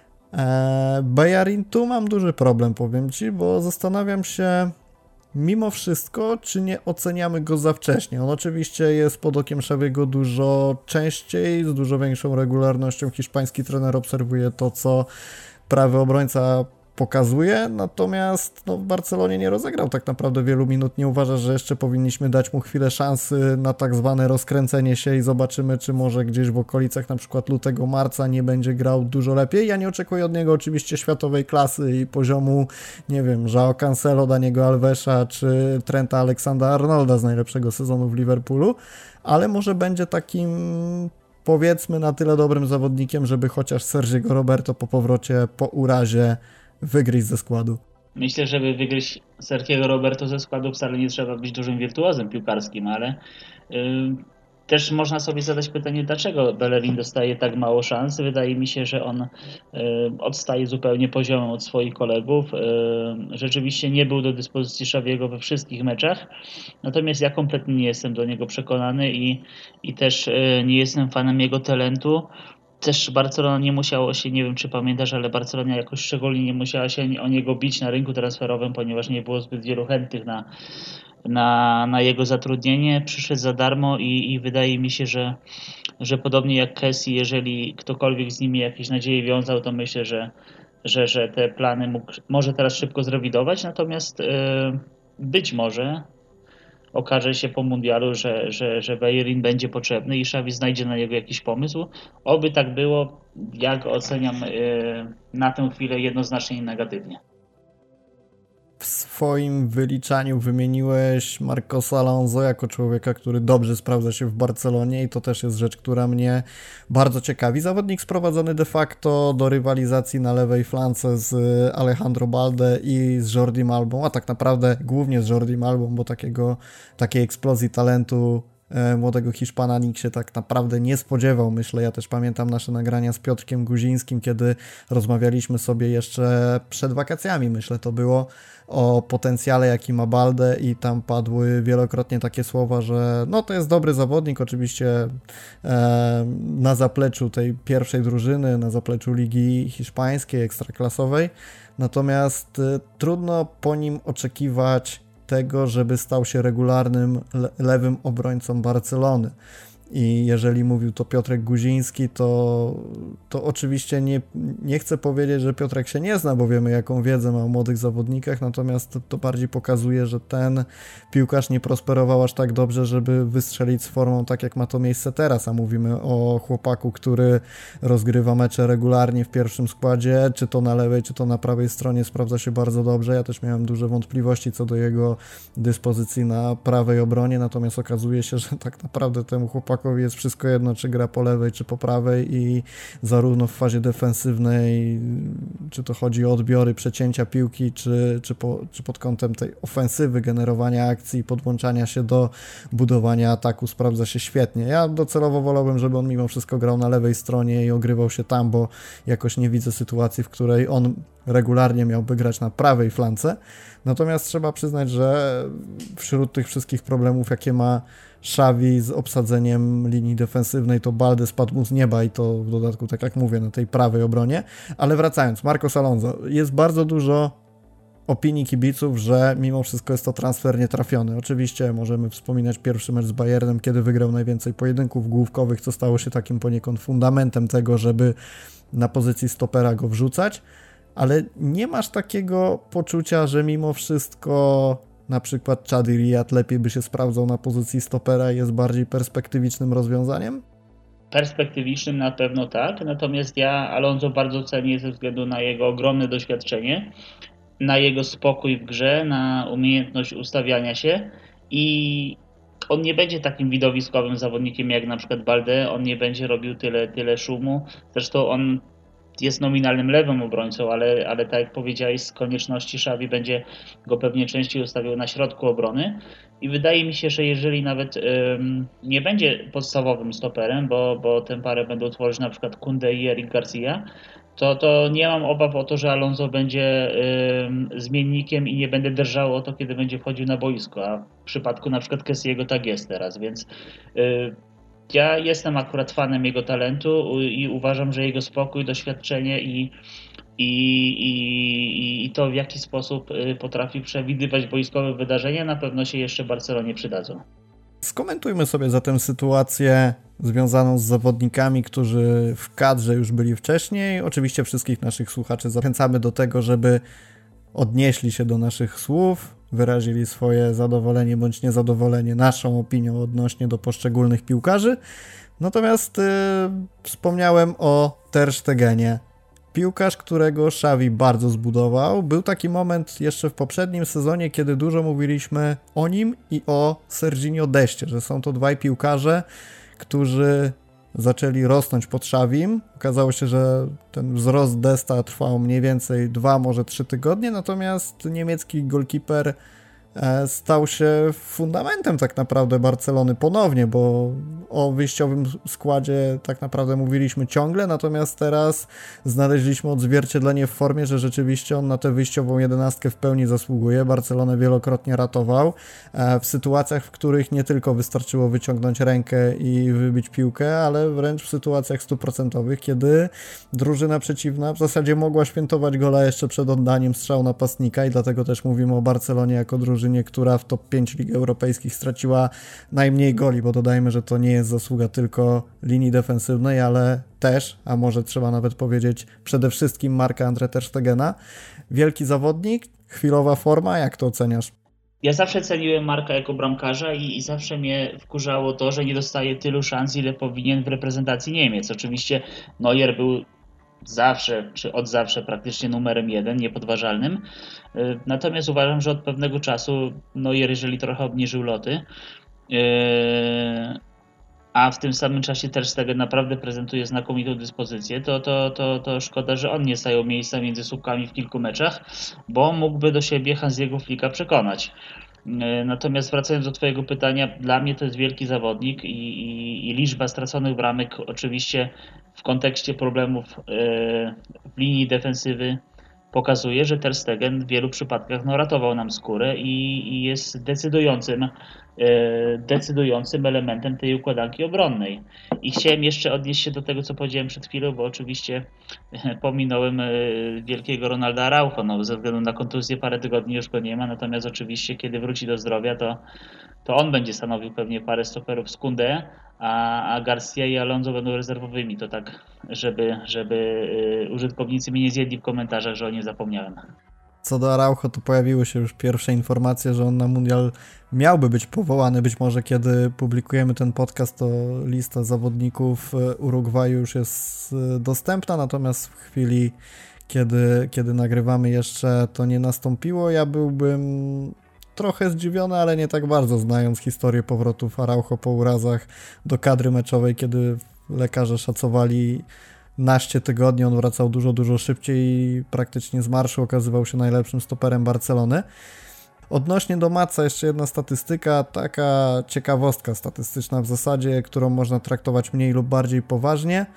S1: Bellerin, tu mam duży problem, powiem Ci, bo zastanawiam się mimo wszystko, czy nie oceniamy go za wcześnie. On oczywiście jest pod okiem Xaviego dużo częściej, z dużo większą regularnością. Hiszpański trener obserwuje to, co prawy obrońca pokazuje, natomiast w Barcelonie nie rozegrał tak naprawdę wielu minut. Nie uważasz, że jeszcze powinniśmy dać mu chwilę szansy na tak zwane rozkręcenie się i zobaczymy, czy może gdzieś w okolicach na przykład lutego, marca nie będzie grał dużo lepiej. Ja nie oczekuję od niego oczywiście światowej klasy i poziomu, nie wiem, João Cancelo, Daniego Alvesa czy Trenta Alexandera-Arnolda z najlepszego sezonu w Liverpoolu, ale może będzie takim, powiedzmy, na tyle dobrym zawodnikiem, żeby chociaż Sergiego Roberto po powrocie, po urazie wygryźć ze składu.
S2: Myślę, żeby wygryźć Sergiego Roberto ze składu wcale nie trzeba być dużym wirtuozem piłkarskim, ale też można sobie zadać pytanie, dlaczego Bellerin dostaje tak mało szans. Wydaje mi się, że on odstaje zupełnie poziomem od swoich kolegów. Rzeczywiście nie był do dyspozycji Xaviego we wszystkich meczach, natomiast ja kompletnie nie jestem do niego przekonany i też nie jestem fanem jego talentu. Też Barcelona nie musiało się, nie wiem czy pamiętasz, ale Barcelona jakoś szczególnie nie musiała się o niego bić na rynku transferowym, ponieważ nie było zbyt wielu chętnych na jego zatrudnienie. Przyszedł za darmo i wydaje mi się, że podobnie jak Kessie, jeżeli ktokolwiek z nimi jakieś nadzieje wiązał, to myślę, że te plany może teraz szybko zrewidować, natomiast być może okaże się po mundialu, że Bellerin będzie potrzebny i Xavi znajdzie na niego jakiś pomysł. Oby tak było, ja go oceniam na tę chwilę jednoznacznie negatywnie.
S1: W swoim wyliczaniu wymieniłeś Marcosa Alonso jako człowieka, który dobrze sprawdza się w Barcelonie i to też jest rzecz, która mnie bardzo ciekawi. Zawodnik sprowadzony de facto do rywalizacji na lewej flance z Alejandro Balde i z Jordim Albą, a tak naprawdę głównie z Jordim Albą, bo takiej eksplozji talentu młodego Hiszpana nikt się tak naprawdę nie spodziewał, myślę. Ja też pamiętam nasze nagrania z Piotrkiem Guzińskim, kiedy rozmawialiśmy sobie jeszcze przed wakacjami, myślę to było, o potencjale, jaki ma Balde i tam padły wielokrotnie takie słowa, że no to jest dobry zawodnik, oczywiście na zapleczu tej pierwszej drużyny, na zapleczu Ligi Hiszpańskiej, ekstraklasowej, natomiast trudno po nim oczekiwać tego, żeby stał się regularnym lewym obrońcą Barcelony. I jeżeli mówił to Piotrek Guziński, to oczywiście nie chcę powiedzieć, że Piotrek się nie zna, bo wiemy, jaką wiedzę ma o młodych zawodnikach, natomiast to bardziej pokazuje, że ten piłkarz nie prosperował aż tak dobrze, żeby wystrzelić z formą tak, jak ma to miejsce teraz, a mówimy o chłopaku, który rozgrywa mecze regularnie w pierwszym składzie, czy to na lewej, czy to na prawej stronie, sprawdza się bardzo dobrze. Ja też miałem duże wątpliwości co do jego dyspozycji na prawej obronie, natomiast okazuje się, że tak naprawdę temu chłopakowi jest wszystko jedno, czy gra po lewej, czy po prawej i zarówno w fazie defensywnej, czy to chodzi o odbiory, przecięcia piłki, czy pod kątem tej ofensywy, generowania akcji, podłączania się do budowania ataku, sprawdza się świetnie. Ja docelowo wolałbym, żeby on mimo wszystko grał na lewej stronie i ogrywał się tam, bo jakoś nie widzę sytuacji, w której on regularnie miałby grać na prawej flance. Natomiast trzeba przyznać, że wśród tych wszystkich problemów, jakie ma Xavi z obsadzeniem linii defensywnej, to Balde spadł mu z nieba i to w dodatku, tak jak mówię, na tej prawej obronie. Ale wracając, Marcos Alonso. Jest bardzo dużo opinii kibiców, że mimo wszystko jest to transfer nietrafiony. Oczywiście możemy wspominać pierwszy mecz z Bayernem, kiedy wygrał najwięcej pojedynków główkowych, co stało się takim poniekąd fundamentem tego, żeby na pozycji stopera go wrzucać, ale nie masz takiego poczucia, że mimo wszystko na przykład Chadi Riyad lepiej by się sprawdzał na pozycji stopera i jest bardziej perspektywicznym rozwiązaniem?
S2: Perspektywicznym na pewno tak, natomiast ja Alonso bardzo cenię ze względu na jego ogromne doświadczenie, na jego spokój w grze, na umiejętność ustawiania się i on nie będzie takim widowiskowym zawodnikiem jak na przykład Balde, on nie będzie robił tyle szumu, zresztą on jest nominalnym lewym obrońcą, ale tak jak powiedziałeś, z konieczności Xavi będzie go pewnie częściej ustawiał na środku obrony i wydaje mi się, że jeżeli nawet nie będzie podstawowym stoperem, bo tę parę będą tworzyć na przykład Koundé i Eric Garcia, to nie mam obaw o to, że Alonso będzie zmiennikiem i nie będę drżał o to, kiedy będzie wchodził na boisko, a w przypadku na przykład Kessiego tak jest teraz, więc ja jestem akurat fanem jego talentu i uważam, że jego spokój, doświadczenie i to, w jaki sposób potrafi przewidywać boiskowe wydarzenia, na pewno się jeszcze Barcelonie przydadzą.
S1: Skomentujmy sobie zatem sytuację związaną z zawodnikami, którzy w kadrze już byli wcześniej. Oczywiście wszystkich naszych słuchaczy zachęcamy do tego, żeby odnieśli się do naszych słów, wyrazili swoje zadowolenie bądź niezadowolenie naszą opinią odnośnie do poszczególnych piłkarzy. Natomiast wspomniałem o Ter Stegenie. Piłkarz, którego Xavi bardzo zbudował. Był taki moment jeszcze w poprzednim sezonie, kiedy dużo mówiliśmy o nim i o Serginho Destie, że są to dwaj piłkarze, którzy zaczęli rosnąć pod Xavim. Okazało się, że ten wzrost Desta trwał mniej więcej 2, może 3 tygodnie, natomiast niemiecki golkiper stał się fundamentem tak naprawdę Barcelony ponownie, bo o wyjściowym składzie tak naprawdę mówiliśmy ciągle, natomiast teraz znaleźliśmy odzwierciedlenie w formie, że rzeczywiście on na tę wyjściową 11 w pełni zasługuje. Barcelonę wielokrotnie ratował w sytuacjach, w których nie tylko wystarczyło wyciągnąć rękę i wybić piłkę, ale wręcz w sytuacjach 100%, kiedy drużyna przeciwna w zasadzie mogła świętować gola jeszcze przed oddaniem strzału napastnika i dlatego też mówimy o Barcelonie jako drużynie, która w top 5 lig europejskich straciła najmniej goli, bo dodajmy, że to nie jest zasługa tylko linii defensywnej, ale też, a może trzeba nawet powiedzieć przede wszystkim Marca-André Ter Stegena. Wielki zawodnik, chwilowa forma, jak to oceniasz?
S2: Ja zawsze ceniłem Marka jako bramkarza i zawsze mnie wkurzało to, że nie dostaje tylu szans, ile powinien w reprezentacji Niemiec. Oczywiście Neuer był zawsze, czy od zawsze praktycznie numerem 1, niepodważalnym. Natomiast uważam, że od pewnego czasu Neuer, jeżeli trochę obniżył loty, a w tym samym czasie Ter Stegen naprawdę prezentuje znakomitą dyspozycję, to szkoda, że on nie zajął miejsca między słupkami w kilku meczach, bo mógłby do siebie Hansiego Flicka przekonać. Natomiast wracając do Twojego pytania, dla mnie to jest wielki zawodnik i liczba straconych bramek oczywiście w kontekście problemów w linii defensywy pokazuje, że Ter Stegen w wielu przypadkach ratował nam skórę i jest decydującym elementem tej układanki obronnej. I chciałem jeszcze odnieść się do tego, co powiedziałem przed chwilą, bo oczywiście pominąłem wielkiego Ronalda Araujo, ze względu na kontuzję parę tygodni już go nie ma, natomiast oczywiście kiedy wróci do zdrowia, to on będzie stanowił pewnie parę stoperów z Koundé, a Garcia i Alonso będą rezerwowymi. To tak, żeby użytkownicy mnie nie zjedli w komentarzach, że o nim zapomniałem.
S1: Co do Araujo, to pojawiły się już pierwsze informacje, że on na mundial miałby być powołany. Być może kiedy publikujemy ten podcast, to lista zawodników Urugwaju już jest dostępna, natomiast w chwili, kiedy nagrywamy, jeszcze to nie nastąpiło. Ja byłbym trochę zdziwiony, ale nie tak bardzo, znając historię powrotów Araujo po urazach do kadry meczowej, kiedy lekarze szacowali naście tygodni, on wracał dużo szybciej i praktycznie z marszu okazywał się najlepszym stoperem Barcelony. Odnośnie do Matsa jeszcze jedna statystyka, taka ciekawostka statystyczna w zasadzie, którą można traktować mniej lub bardziej poważnie.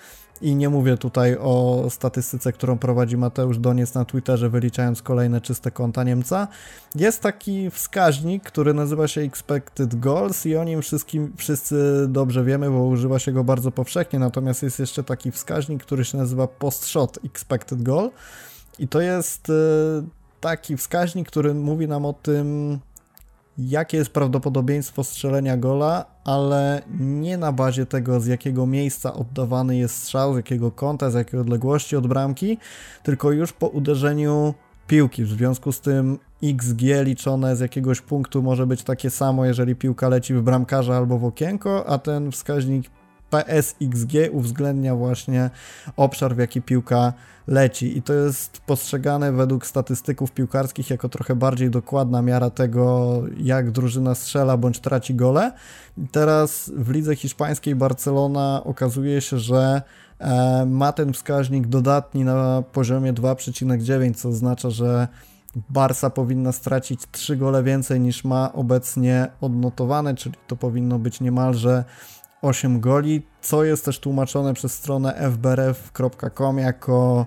S1: I nie mówię tutaj o statystyce, którą prowadzi Mateusz Doniec na Twitterze, wyliczając kolejne czyste konta Niemca. Jest taki wskaźnik, który nazywa się Expected Goals i o nim wszyscy dobrze wiemy, bo używa się go bardzo powszechnie, natomiast jest jeszcze taki wskaźnik, który się nazywa Post-Shot Expected Goal i to jest taki wskaźnik, który mówi nam o tym, jakie jest prawdopodobieństwo strzelenia gola, ale nie na bazie tego, z jakiego miejsca oddawany jest strzał, z jakiego kąta, z jakiej odległości od bramki, tylko już po uderzeniu piłki. W związku z tym XG liczone z jakiegoś punktu może być takie samo, jeżeli piłka leci w bramkarza albo w okienko, a ten wskaźnik PSXG uwzględnia właśnie obszar, w jaki piłka leci i to jest postrzegane według statystyków piłkarskich jako trochę bardziej dokładna miara tego, jak drużyna strzela bądź traci gole. I teraz w lidze hiszpańskiej Barcelona okazuje się, że ma ten wskaźnik dodatni na poziomie 2,9, co oznacza, że Barca powinna stracić 3 gole więcej niż ma obecnie odnotowane, czyli to powinno być niemalże 8 goli, co jest też tłumaczone przez stronę fbrf.com jako,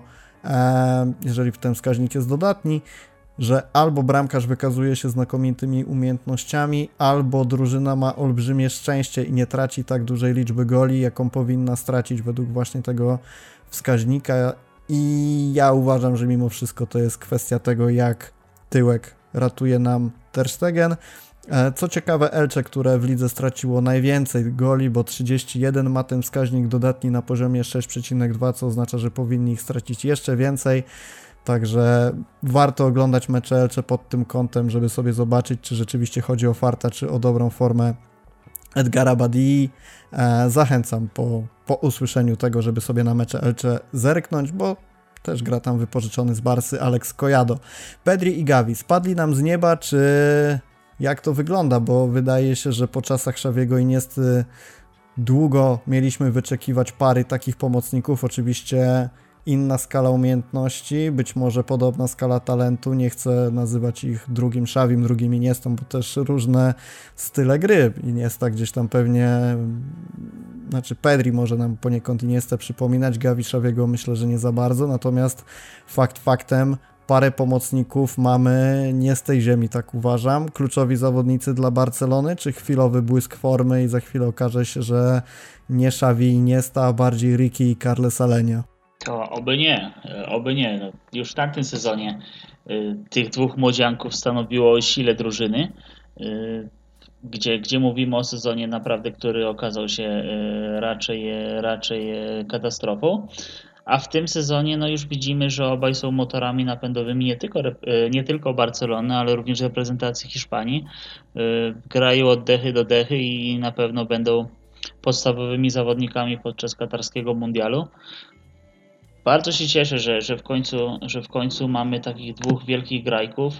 S1: jeżeli ten wskaźnik jest dodatni, że albo bramkarz wykazuje się znakomitymi umiejętnościami, albo drużyna ma olbrzymie szczęście i nie traci tak dużej liczby goli, jaką powinna stracić według właśnie tego wskaźnika. I ja uważam, że mimo wszystko to jest kwestia tego, jak tyłek ratuje nam Ter Stegen. Co ciekawe, Elche, które w lidze straciło najwięcej goli, bo 31, ma ten wskaźnik dodatni na poziomie 6,2, co oznacza, że powinni ich stracić jeszcze więcej. Także warto oglądać mecze Elche pod tym kątem, żeby sobie zobaczyć, czy rzeczywiście chodzi o farta, czy o dobrą formę Edgara Badii. Zachęcam po usłyszeniu tego, żeby sobie na mecze Elche zerknąć, bo też gra tam wypożyczony z Barsy Alex Collado. Pedri i Gavi spadli nam z nieba, czy jak to wygląda, bo wydaje się, że po czasach Xaviego Iniesty długo mieliśmy wyczekiwać pary takich pomocników, oczywiście inna skala umiejętności, być może podobna skala talentu, nie chcę nazywać ich drugim Xavim, drugim Iniestą, bo też różne style gry. Iniesta gdzieś tam pewnie, znaczy Pedri może nam poniekąd Iniestę przypominać, Gavi Xaviego myślę, że nie za bardzo, natomiast faktem, parę pomocników mamy nie z tej ziemi, tak uważam. Kluczowi zawodnicy dla Barcelony, czy chwilowy błysk formy i za chwilę okaże się, że nie Xavi i Iniesta, a bardziej Ricky i Carles Alenia?
S2: To oby nie. No, już w tamtym sezonie tych dwóch młodzianków stanowiło o sile drużyny, gdzie mówimy o sezonie naprawdę, który okazał się raczej katastrofą. A w tym sezonie no już widzimy, że obaj są motorami napędowymi nie tylko Barcelony, ale również reprezentacji Hiszpanii. Grają od dechy do dechy i na pewno będą podstawowymi zawodnikami podczas katarskiego mundialu. Bardzo się cieszę, że w końcu mamy takich dwóch wielkich grajków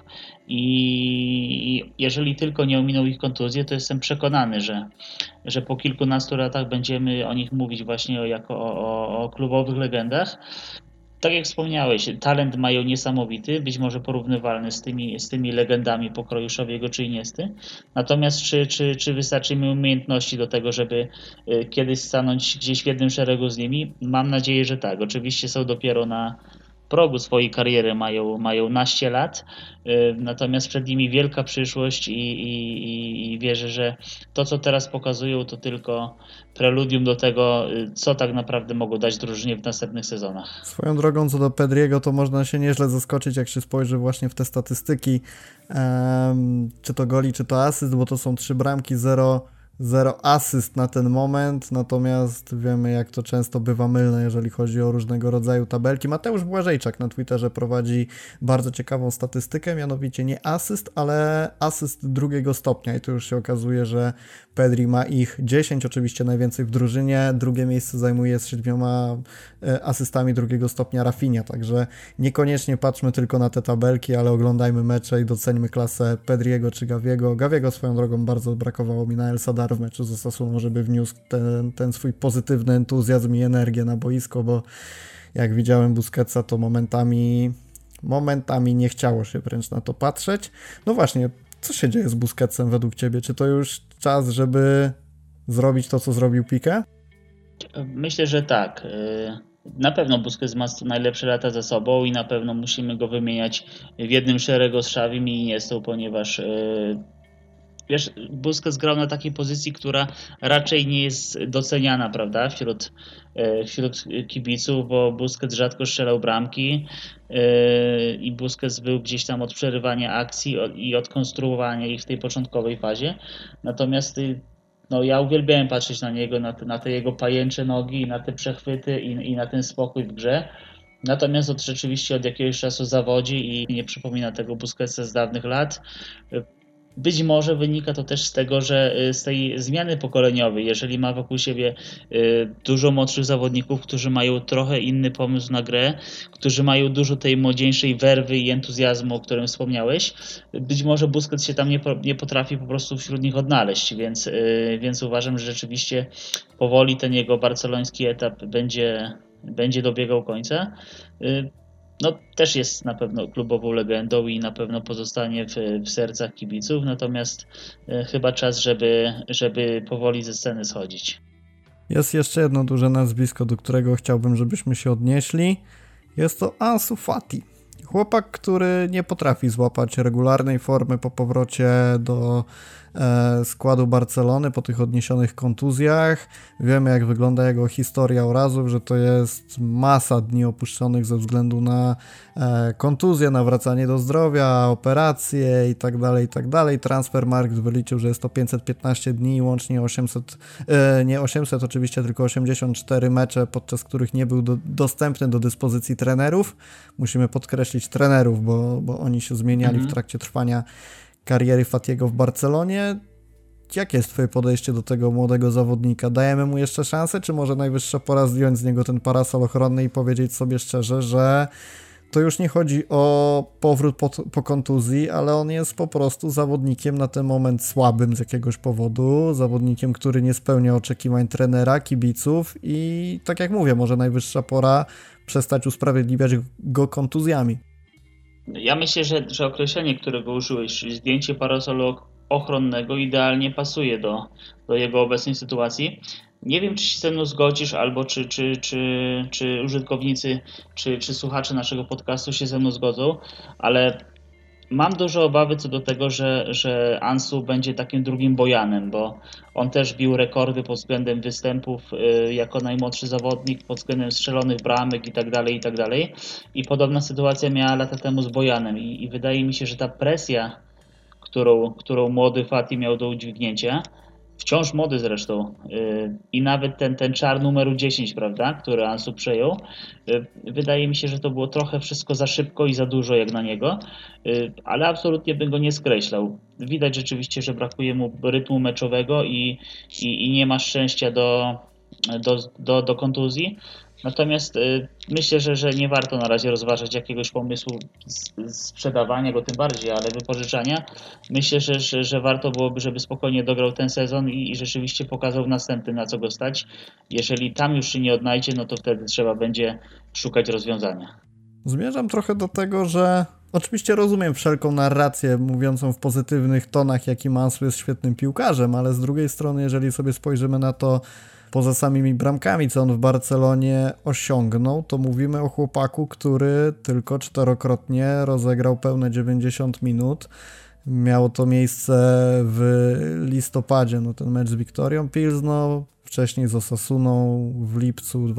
S2: i jeżeli tylko nie ominą ich kontuzje, to jestem przekonany, że po kilkunastu latach będziemy o nich mówić właśnie o klubowych legendach. Tak jak wspomniałeś, talent mają niesamowity, być może porównywalny z tymi legendami pokroju Xaviego czy Iniesty. Natomiast czy wystarczy mi umiejętności do tego, żeby kiedyś stanąć gdzieś w jednym szeregu z nimi? Mam nadzieję, że tak. Oczywiście są dopiero na progu swojej kariery, mają naście lat, natomiast przed nimi wielka przyszłość i wierzę, że to, co teraz pokazują, to tylko preludium do tego, co tak naprawdę mogą dać drużynie w następnych sezonach.
S1: Swoją drogą, co do Pedriego, to można się nieźle zaskoczyć, jak się spojrzy właśnie w te statystyki, czy to goli, czy to asyst, bo to są 3 bramki, 0 asyst na ten moment, natomiast wiemy, jak to często bywa mylne, jeżeli chodzi o różnego rodzaju tabelki. Mateusz Błażejczak na Twitterze prowadzi bardzo ciekawą statystykę, mianowicie nie asyst, ale asyst drugiego stopnia i tu już się okazuje, że Pedri ma ich 10, oczywiście najwięcej w drużynie, drugie miejsce zajmuje z 7 asystami drugiego stopnia Rafinha, także niekoniecznie patrzmy tylko na te tabelki, ale oglądajmy mecze i doceńmy klasę Pedriego czy Gaviego. Gaviego swoją drogą bardzo brakowało mi na El Sadar w meczu z Osasuną, żeby wniósł ten swój pozytywny entuzjazm i energię na boisko, bo jak widziałem Busquetsa, to momentami nie chciało się wręcz na to patrzeć. No właśnie, co się dzieje z Busquetsem według Ciebie? Czy to już czas, żeby zrobić to, co zrobił Piqué?
S2: Myślę, że tak. Na pewno Busquets ma najlepsze lata za sobą i na pewno musimy go wymieniać w jednym szeregu z Xavim i Iniestą, ponieważ wiesz, Busquets grał na takiej pozycji, która raczej nie jest doceniana, prawda, wśród kibiców, bo Busquets rzadko strzelał bramki i Busquets był gdzieś tam od przerywania akcji i od konstruowania ich w tej początkowej fazie. Natomiast no, ja uwielbiałem patrzeć na niego, na te jego pajęcze nogi, na te przechwyty i na ten spokój w grze. Natomiast rzeczywiście od jakiegoś czasu zawodzi i nie przypomina tego Busquetsa z dawnych lat. Być może wynika to też z tego, że z tej zmiany pokoleniowej, jeżeli ma wokół siebie dużo młodszych zawodników, którzy mają trochę inny pomysł na grę, którzy mają dużo tej młodzieńczej werwy i entuzjazmu, o którym wspomniałeś, być może Busquets się tam nie potrafi po prostu wśród nich odnaleźć, więc uważam, że rzeczywiście powoli ten jego barceloński etap będzie dobiegał końca. No, też jest na pewno klubową legendą i na pewno pozostanie w sercach kibiców, natomiast chyba czas, żeby powoli ze sceny schodzić.
S1: Jest jeszcze jedno duże nazwisko, do którego chciałbym, żebyśmy się odnieśli. Jest to Ansu Fati. Chłopak, który nie potrafi złapać regularnej formy po powrocie do składu Barcelony, po tych odniesionych kontuzjach. Wiemy, jak wygląda jego historia urazów, że to jest masa dni opuszczonych ze względu na kontuzję, nawracanie do zdrowia, operacje itd. Transfermarkt wyliczył, że jest to 515 dni i łącznie 800 oczywiście, tylko 84 mecze, podczas których nie był dostępny do dyspozycji trenerów. Musimy podkreślić trenerów, bo oni się zmieniali w trakcie trwania kariery Fatiego w Barcelonie. Jakie jest twoje podejście do tego młodego zawodnika? Dajemy mu jeszcze szansę, czy może najwyższa pora zdjąć z niego ten parasol ochronny i powiedzieć sobie szczerze, że to już nie chodzi o powrót po kontuzji, ale on jest po prostu zawodnikiem na ten moment słabym z jakiegoś powodu, zawodnikiem, który nie spełnia oczekiwań trenera, kibiców i tak jak mówię, może najwyższa pora przestać usprawiedliwiać go kontuzjami.
S2: Ja myślę, że określenie, którego użyłeś, czyli zdjęcie parasolu ochronnego, idealnie pasuje do jego obecnej sytuacji. Nie wiem, czy się ze mną zgodzisz, albo czy użytkownicy, czy słuchacze naszego podcastu się ze mną zgodzą, ale mam duże obawy co do tego, że Ansu będzie takim drugim Bojanem, bo on też bił rekordy pod względem występów jako najmłodszy zawodnik, pod względem strzelonych bramek itd. I podobna sytuacja miała lata temu z Bojanem i wydaje mi się, że ta presja, którą młody Fati miał do udźwignięcia, wciąż młody zresztą, i nawet ten czar numeru 10, prawda, który Ansu przejął, wydaje mi się, że to było trochę wszystko za szybko i za dużo jak na niego, ale absolutnie bym go nie skreślał. Widać rzeczywiście, że brakuje mu rytmu meczowego i nie ma szczęścia do kontuzji. Natomiast myślę, że nie warto na razie rozważać jakiegoś pomysłu sprzedawania go tym bardziej, ale wypożyczania. Myślę, że warto byłoby, żeby spokojnie dograł ten sezon i rzeczywiście pokazał w następnym, na co go stać. Jeżeli tam już się nie odnajdzie, no to wtedy trzeba będzie szukać rozwiązania.
S1: Zmierzam trochę do tego, że oczywiście rozumiem wszelką narrację mówiącą w pozytywnych tonach, jaki Ansu jest świetnym piłkarzem, ale z drugiej strony, jeżeli sobie spojrzymy na to poza samymi bramkami, co on w Barcelonie osiągnął, to mówimy o chłopaku, który tylko 4-krotnie rozegrał pełne 90 minut. Miało to miejsce w listopadzie, no ten mecz z Wiktorią Pilzno, wcześniej z Osasuną w lipcu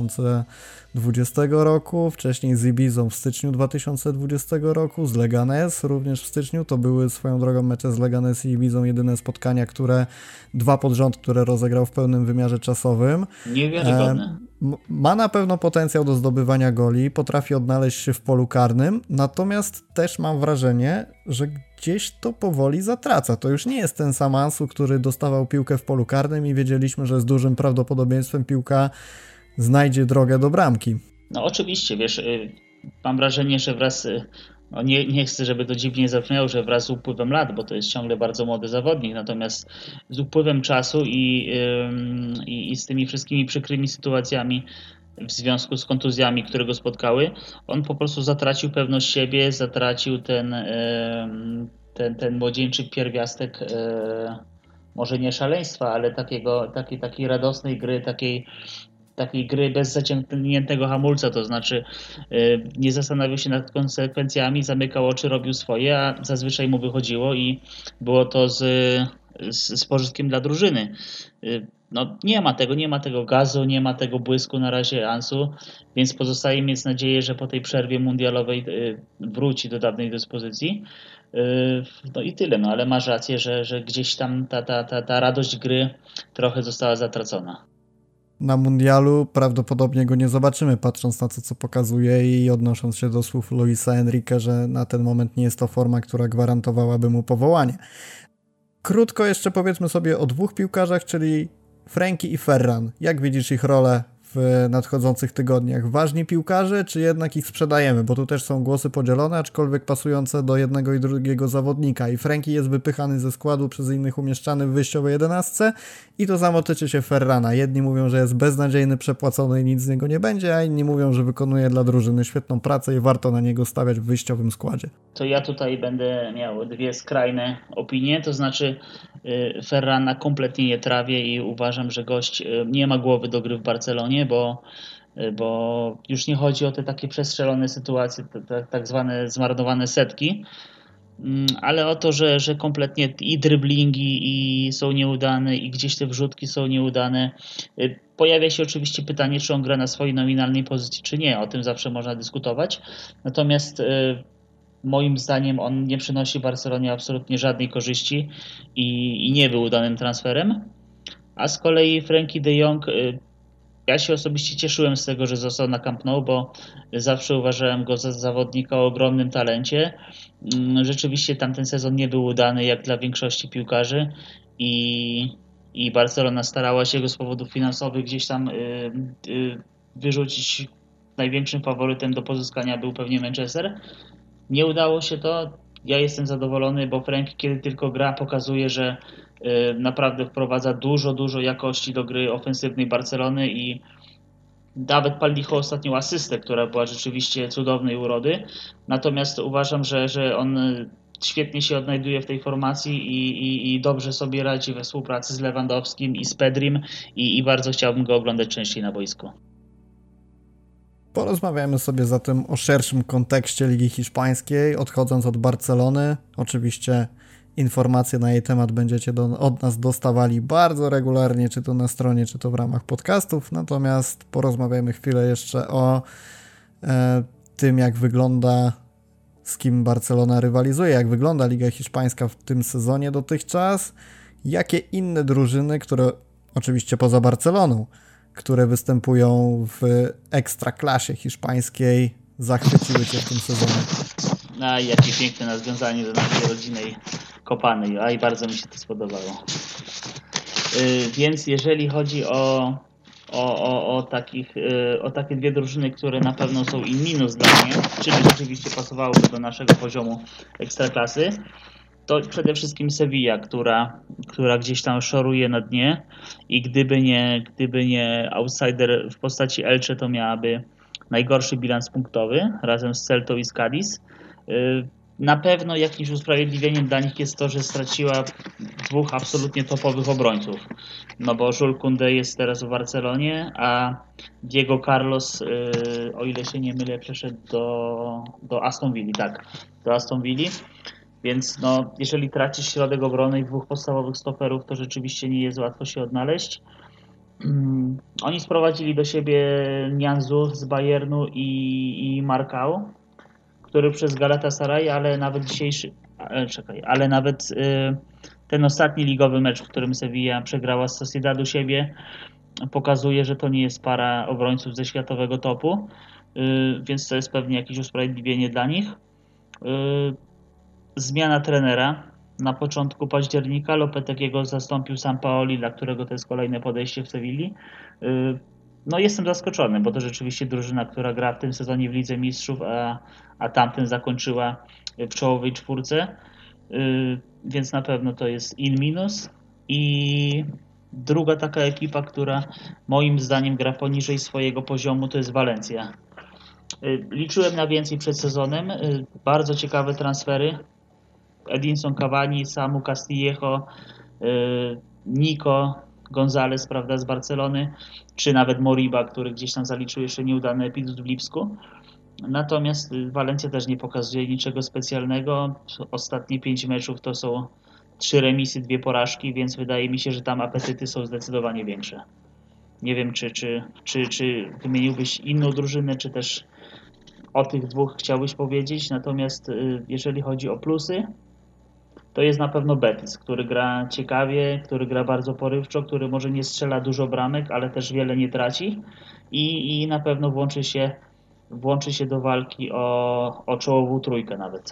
S1: 2020 roku, wcześniej z Ibizą w styczniu 2020 roku, z Leganes również w styczniu. To były swoją drogą mecze z Leganes i Ibizą jedyne spotkania, dwa pod rząd, które rozegrał w pełnym wymiarze czasowym.
S2: Niewiarygodne.
S1: Ma na pewno potencjał do zdobywania goli, potrafi odnaleźć się w polu karnym, natomiast też mam wrażenie, że gdzieś to powoli zatraca. To już nie jest ten sam Ansu, który dostawał piłkę w polu karnym i wiedzieliśmy, że z dużym prawdopodobieństwem piłka znajdzie drogę do bramki.
S2: No oczywiście, wiesz, mam wrażenie, że wraz, no nie chcę, żeby to dziwnie zabrzmiało, że wraz z upływem lat, bo to jest ciągle bardzo młody zawodnik, natomiast z upływem czasu i z tymi wszystkimi przykrymi sytuacjami w związku z kontuzjami, które go spotkały, on po prostu zatracił pewność siebie, zatracił ten młodzieńczy pierwiastek może nie szaleństwa, ale takiej radosnej gry, takiej gry bez zaciągniętego hamulca, to znaczy nie zastanawiał się nad konsekwencjami, zamykał oczy, robił swoje, a zazwyczaj mu wychodziło i było to z pożytkiem dla drużyny. No, nie ma tego gazu, nie ma tego błysku na razie Ansu, więc pozostaje mieć nadzieję, że po tej przerwie mundialowej wróci do dawnej dyspozycji. No i tyle, no ale masz rację, że gdzieś tam ta radość gry trochę została zatracona.
S1: Na mundialu prawdopodobnie go nie zobaczymy, patrząc na to, co pokazuje i odnosząc się do słów Luisa Enrique, że na ten moment nie jest to forma, która gwarantowałaby mu powołanie. Krótko jeszcze powiedzmy sobie o dwóch piłkarzach, czyli Frenkie i Ferran. Jak widzisz ich rolę w nadchodzących tygodniach? Ważni piłkarze, czy jednak ich sprzedajemy? Bo tu też są głosy podzielone, aczkolwiek pasujące do jednego i drugiego zawodnika. I Frenkie jest wypychany ze składu, przez innych umieszczany w wyjściowej 11 i to samo tyczy się Ferrana. Jedni mówią, że jest beznadziejny, przepłacony i nic z niego nie będzie, a inni mówią, że wykonuje dla drużyny świetną pracę i warto na niego stawiać w wyjściowym składzie.
S2: To ja tutaj będę miał dwie skrajne opinie, to znaczy Ferrana kompletnie nie trawię i uważam, że gość nie ma głowy do gry w Barcelonie, bo już nie chodzi o te takie przestrzelone sytuacje, tak zwane zmarnowane setki, ale o to, że kompletnie i driblingi i są nieudane i gdzieś te wrzutki są nieudane. Pojawia się oczywiście pytanie, czy on gra na swojej nominalnej pozycji, czy nie. O tym zawsze można dyskutować. Natomiast moim zdaniem on nie przynosi Barcelonie absolutnie żadnej korzyści i nie był udanym transferem. A z kolei Frenkie de Jong, ja się osobiście cieszyłem z tego, że został na Camp Nou, bo zawsze uważałem go za zawodnika o ogromnym talencie. Rzeczywiście tamten sezon nie był udany jak dla większości piłkarzy i Barcelona starała się go z powodów finansowych gdzieś tam wyrzucić. Największym faworytem do pozyskania był pewnie Manchester. Nie udało się to. Ja jestem zadowolony, bo Frenkie, kiedy tylko gra, pokazuje, że naprawdę wprowadza dużo jakości do gry ofensywnej Barcelony i nawet pal licho ostatnią asystę, która była rzeczywiście cudownej urody. Natomiast uważam, że on świetnie się odnajduje w tej formacji i dobrze sobie radzi we współpracy z Lewandowskim i z Pedrim i bardzo chciałbym go oglądać częściej na boisku.
S1: Porozmawiamy sobie zatem o szerszym kontekście Ligi Hiszpańskiej, odchodząc od Barcelony. Oczywiście informacje na jej temat będziecie od nas dostawali bardzo regularnie, czy to na stronie, czy to w ramach podcastów. Natomiast porozmawiamy chwilę jeszcze o tym, jak wygląda, z kim Barcelona rywalizuje, jak wygląda Liga Hiszpańska w tym sezonie dotychczas, jakie inne drużyny, które oczywiście poza Barceloną, które występują w ekstraklasie hiszpańskiej, zachwyciły Cię w tym sezonie?
S2: A jakie piękne nawiązanie do naszej rodzinnej Kopanej. A i bardzo mi się to spodobało. Więc jeżeli chodzi o takie dwie drużyny, które na pewno są in minus dla mnie, czyli rzeczywiście pasowałyby do naszego poziomu ekstraklasy, to przede wszystkim Sevilla, która gdzieś tam szoruje na dnie i gdyby nie outsider w postaci Elche, to miałaby najgorszy bilans punktowy razem z Celtą i z Cadiz. Na pewno jakimś usprawiedliwieniem dla nich jest to, że straciła dwóch absolutnie topowych obrońców. No bo Jules Koundé jest teraz w Barcelonie, a Diego Carlos, o ile się nie mylę, przeszedł do Aston Villa. Tak, do Aston Villa. Więc no, jeżeli tracisz środek obrony i dwóch podstawowych stoperów, to rzeczywiście nie jest łatwo się odnaleźć. Oni sprowadzili do siebie Nianzou z Bayernu i Marcao, który przez Galatasaray, ale nawet ten ostatni ligowy mecz, w którym Sevilla przegrała z Sociedad u siebie, pokazuje, że to nie jest para obrońców ze światowego topu, więc to jest pewnie jakieś usprawiedliwienie dla nich. Zmiana trenera. Na początku października Lopeteguiego zastąpił Sampaoli, dla którego to jest kolejne podejście w Sewilli. No jestem zaskoczony, bo to rzeczywiście drużyna, która gra w tym sezonie w Lidze Mistrzów, a tamten zakończyła w czołowej czwórce, więc na pewno to jest in minus. I druga taka ekipa, która moim zdaniem gra poniżej swojego poziomu, to jest Valencia. Liczyłem na więcej przed sezonem, bardzo ciekawe transfery. Edinson Cavani, Samu Castillejo, Nico Gonzalez, prawda, z Barcelony, czy nawet Moriba, który gdzieś tam zaliczył jeszcze nieudany epizod w Lipsku. Natomiast Valencia też nie pokazuje niczego specjalnego. Ostatnie 5 meczów to są 3 remisy, 2 porażki, więc wydaje mi się, że tam apetyty są zdecydowanie większe. Nie wiem, czy wymieniłbyś inną drużynę, czy też o tych dwóch chciałbyś powiedzieć. Natomiast jeżeli chodzi o plusy, to jest na pewno Betis, który gra ciekawie, który gra bardzo porywczo, który może nie strzela dużo bramek, ale też wiele nie traci i na pewno włączy się do walki o czołową trójkę nawet.